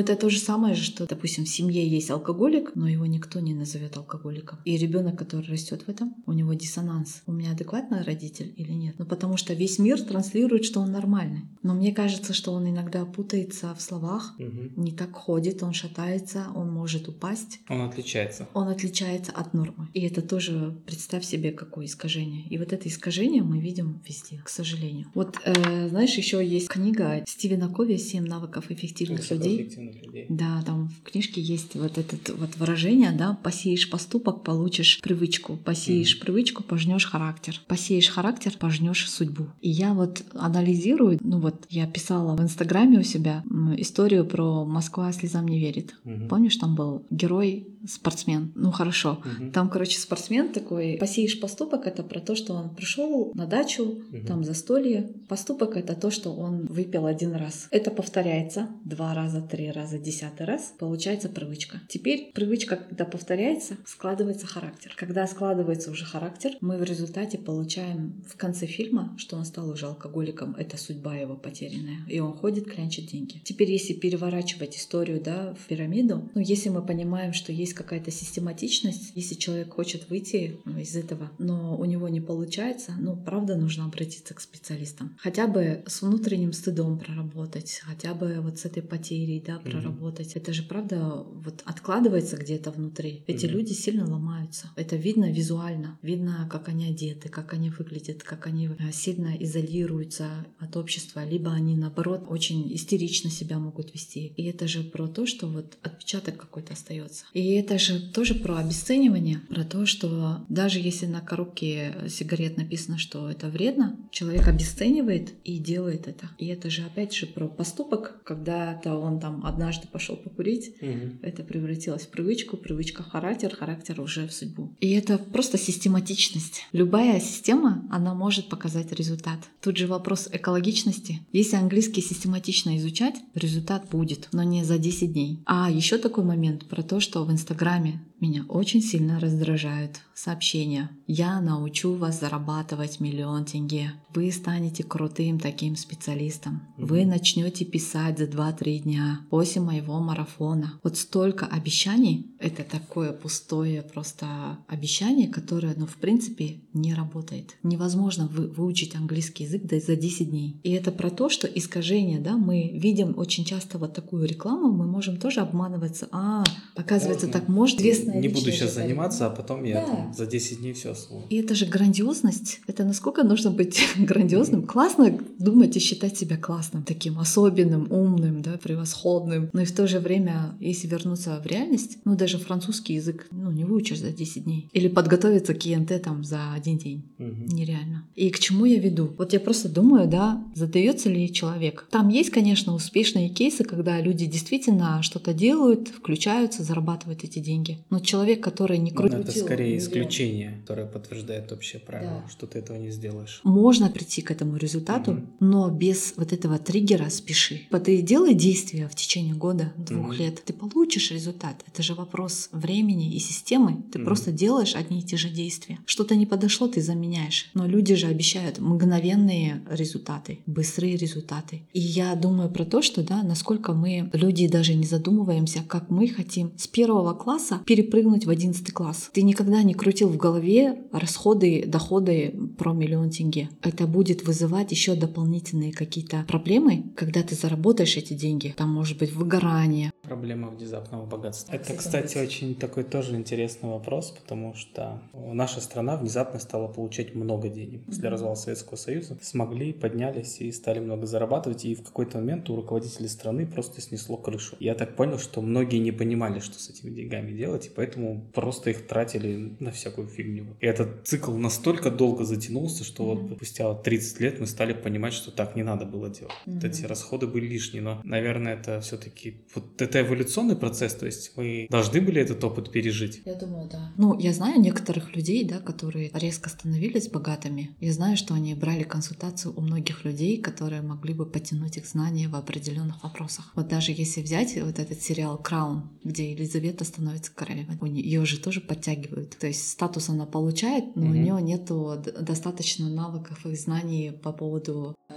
это то же самое же, что, допустим, в семье есть алкоголик, но его никто не назовет алкоголиком. И ребенок, который растет в этом, у него диссонанс. У меня адекватный родитель или нет? Ну, потому что весь мир транслирует, что он нормальный. Но мне кажется, что он иногда путается в словах, не так ходит, он шатается, он может упасть. Он отличается. Он отличается от нормы. И это тоже, представь себе, какое искажение. И вот это искажение мы видим везде, к сожалению. Вот, знаешь, еще есть книга Стивена Кови «7 навыков эффективных людей». Да, там в книжке есть вот это вот выражение, да, посеешь поступок, получишь привычку, посеешь привычку, пожнешь характер, посеешь характер, пожнешь судьбу. И я вот анализирую, ну вот я писала в Инстаграме у себя историю про «Москва слезам не верит». Помнишь, там был герой спортсмен. Ну хорошо. Там, короче, спортсмен такой. Посеешь поступок — это про то, что он пришел на дачу, там застолье. Поступок — это то, что он выпил один раз. Это повторяется 2 раза, 3 раза, 10-й раз. Получается привычка. Теперь привычка, когда повторяется, складывается характер. Когда складывается уже характер, мы в результате получаем в конце фильма, что он стал уже алкоголиком. Это судьба его потерянная. И он ходит, клянчит деньги. Теперь, если переворачивать историю, да, в пирамиду, ну, если мы понимаем, что есть какая-то систематичность, если человек хочет выйти из этого, но у него не получается, ну, правда, нужно обратиться к специалистам. Хотя бы с внутренним стыдом проработать, хотя бы вот с этой потерей, да, проработать. Это же, правда, вот откладывается где-то внутри. Эти люди сильно ломаются. Это видно визуально. Видно, как они одеты, как они выглядят, как они сильно изолируются от общества, либо они, наоборот, очень истерично себя могут вести. И это же про то, что вот отпечаток какой-то остается. И это же тоже про обесценивание, про то, что даже если на коробке сигарет написано, что это вредно, человек обесценивает и делает это. И это же опять же про поступок, когда-то он там однажды пошел покурить, это превратилось в привычку, привычка в характер, характер уже в судьбу. И это просто систематичность. Любая система, она может показать результат. Тут же вопрос экологичности. Если английский систематично изучать, результат будет, но не за 10 дней. А еще такой момент про то, что в Инстаграме меня очень сильно раздражают сообщения. Я научу вас зарабатывать 1 000 000 тенге. Вы станете крутым таким специалистом. Вы начнете писать за 2-3 дня после моего марафона. Вот столько обещаний. Это такое пустое просто обещание, которое, ну, в принципе, не работает. Невозможно выучить английский язык за 10 дней. И это про то, что искажение, да, мы видим очень часто вот такую рекламу, мы можем тоже обманываться. Оказывается, так может. Не буду сейчас заниматься, а потом я там за 10 дней все освою. И это же грандиозность. Это насколько нужно быть грандиозным. Классно думать и считать себя классным, таким особенным, умным, да, превосходным. Но и в то же время, если вернуться в реальность, ну даже французский язык, ну, не выучишь за 10 дней. Или подготовиться к ЕНТ там за 1 день. Нереально. И к чему я веду? Вот я просто думаю, да, задается ли человек. Там есть, конечно, успешные кейсы, когда люди действительно что-то делают, включаются, зарабатывают эти деньги. Но человек, который не крутил... Это скорее исключение, которое подтверждает общее правило, что ты этого не сделаешь. Можно прийти к этому результату, но без вот этого триггера спеши. Ты делай действия в течение года, 2 лет, ты получишь результат. Это же вопрос времени и системы. Ты просто делаешь одни и те же действия. Что-то не подошло, ты заменяешь. Но люди же обещают мгновенные результаты, быстрые результаты. И я думаю про то, что, да, насколько мы, люди, даже не задумываемся, как мы хотим с 1 класса перепрыгнуть в 11 класс. Ты никогда не крутил в голове расходы, доходы про 1 000 000 тенге. Это будет вызывать еще дополнительные какие-то проблемы, когда ты заработаешь эти деньги. Там может быть выгорание. Проблема внезапного богатства. Это, кстати, очень такой тоже интересный вопрос, потому что наша страна внезапно стала получать много денег. После развала Советского Союза смогли, поднялись и стали много зарабатывать, и в какой-то момент у руководителей страны просто снесло крышу. Я так понял, что многие не понимали, что с этими деньгами делать, и поэтому просто их тратили на всякую фигню. И этот цикл настолько долго затянулся, что вот спустя 30 лет мы стали понимать, что так не надо было делать. Вот эти расходы были лишние, но, наверное, это все-таки вот это эволюционный процесс, то есть мы должны были этот опыт пережить. Я думаю, да. Ну, я знаю некоторых людей, да, которые резко становились богатыми. Я знаю, что они брали консультацию у многих людей, которые могли бы потянуть их знания в определенных вопросах. Вот даже если взять вот этот сериал «Краун», где Елизавета становится королевой, ее же тоже подтягивают. То есть статус она получает, но у нее нету достаточно навыков и знаний по поводу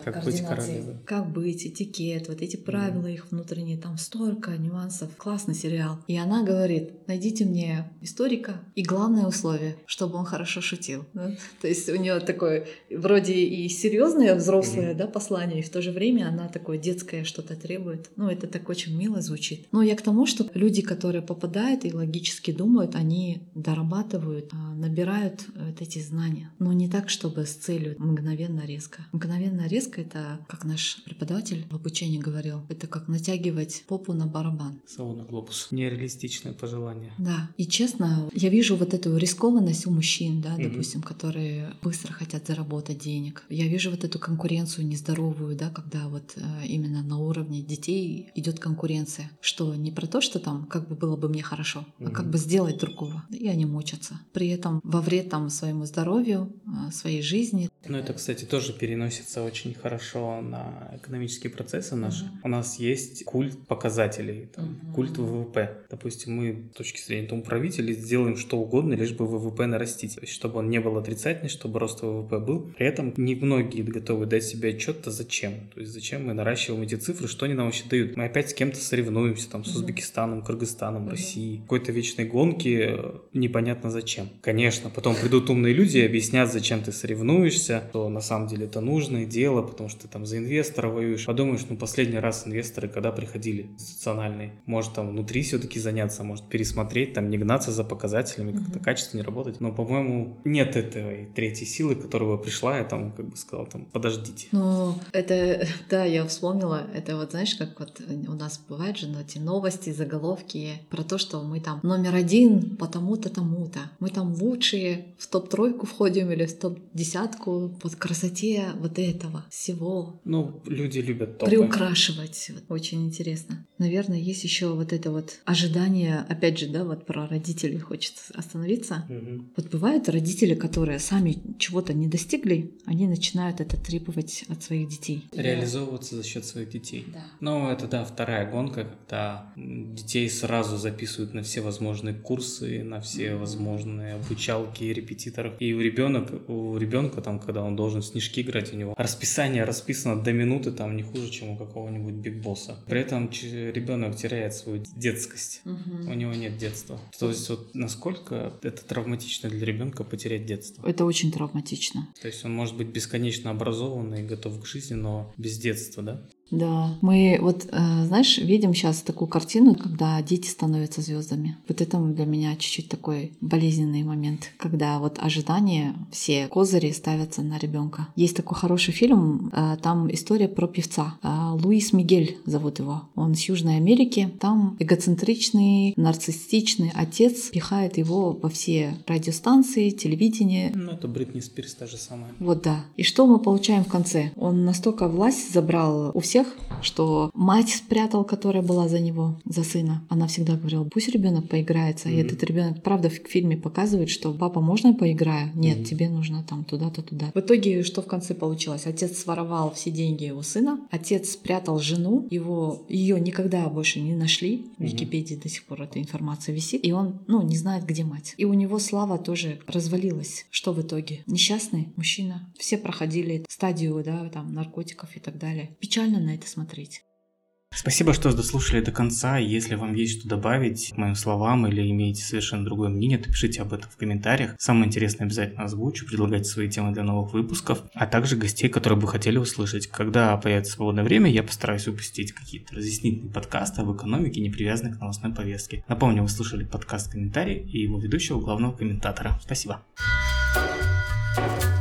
Как быть королевой. Как быть, этикет, вот эти правила их внутренние, там столько нюансов. Классный сериал. И она говорит: найдите мне историка, и главное условие, чтобы он хорошо шутил. Да? То есть у нее такое вроде и серьезное взрослое послание, и в то же время она такое детское что-то требует. Ну, это так очень мило звучит. Но я к тому, что люди, которые попадают и логически думают, они дорабатывают, набирают вот эти знания. Но не так, чтобы с целью мгновенно резко. Мгновенно резко — это, как наш преподаватель в обучении говорил, это как натягивать попу на барабан. Сову на глобус. Нереалистичное пожелание. Да. И честно, я вижу вот эту рискованность у мужчин, да, допустим, которые быстро хотят заработать денег. Я вижу вот эту конкуренцию нездоровую, да, когда вот именно на уровне детей идет конкуренция, что не про то, что там как бы было бы мне хорошо, а как бы сделать другого. И они мучатся. При этом во вред там своему здоровью, своей жизни. Ну, это, кстати, тоже переносится очень хорошо на экономические процессы наши. У нас есть культ показателей, культ ВВП. Допустим, мы с точки зрения правителей сделаем что угодно, лишь бы ВВП нарастить. То есть, чтобы он не был отрицательный, чтобы рост ВВП был. При этом не многие готовы дать себе отчет-то зачем. То есть, зачем мы наращиваем эти цифры, что они нам вообще дают. Мы опять с кем-то соревнуемся, там, с Узбекистаном, Кыргызстаном, Россией. Какой-то вечной гонки непонятно зачем. Конечно, потом придут умные люди и объяснят, зачем ты соревнуешься, что на самом деле это нужное дело, потому что ты там за инвестора воюешь. Подумаешь, последний раз инвесторы когда приходили институциональные? Может, там внутри все-таки заняться, может пересмотреть, там не гнаться за показателями, как-то качественно работать. Но, по-моему, нет этой третьей силы, которая пришла, я там как бы сказал, там, подождите. Ну, это, да, я вспомнила, это вот, знаешь, как вот у нас бывает же, эти новости, заголовки про то, что мы там номер 1 по тому-то, тому-то. Мы там лучшие, в топ-3 входим или в топ-10 по красоте вот этого всего. Ну, люди любят топы. Приукрашивать. Очень интересно. Наверное, есть еще вот это вот ожидание, опять же, да, вот про родителей хочется остановиться. Вот бывают родители, которые сами чего-то не достигли, они начинают это требовать от своих детей. Реализовываться за счет своих детей. Да. Ну, это, да, вторая гонка, когда детей сразу записывают на все возможные курсы, на все возможные обучалки, репетиторов. И у ребенка там, когда он должен в снежки играть, у него расписание расписано до минуты, там не хуже, чем у какого-нибудь бигбосса. При этом ребенок теряет свою детскость. У него нет детства. То есть вот насколько это травматично для ребенка потерять детство? Это очень травматично. То есть он может быть бесконечно образованный, готов к жизни, но без детства, да? Да, мы вот, знаешь, видим сейчас такую картину, когда дети становятся звездами. Вот это для меня чуть-чуть такой болезненный момент, когда вот ожидания, все козыри ставятся на ребенка. Есть такой хороший фильм, там история про певца. Луис Мигель зовут его. Он с Южной Америки. Там эгоцентричный, нарциссичный отец пихает его во все радиостанции, телевидение. Ну, это Бритни Спирс та же самая. Вот да. И что мы получаем в конце? Он настолько власть забрал у всех, что мать спрятал, которая была за него, за сына. Она всегда говорила: пусть ребенок поиграется. И этот ребенок, правда, в фильме показывает, что папа, можно я поиграю? Нет, тебе нужно там туда-то, туда. В итоге что в конце получилось? Отец своровал все деньги его сына, отец спрятал жену, ее никогда больше не нашли. В Википедии до сих пор эта информация висит, и он, не знает, где мать. И у него слава тоже развалилась. Что в итоге? Несчастный мужчина. Все проходили стадию, да, там, наркотиков и так далее. Печально на это смотреть. Спасибо, что дослушали до конца. Если вам есть что добавить к моим словам или имеете совершенно другое мнение, то пишите об этом в комментариях. Самое интересное обязательно озвучу, предлагайте свои темы для новых выпусков, а также гостей, которые бы хотели услышать. Когда появится свободное время, я постараюсь выпустить какие-то разъяснительные подкасты об экономике, не привязанные к новостной повестке. Напомню, вы слушали подкаст «Комментарий» и его ведущего главного комментатора. Спасибо.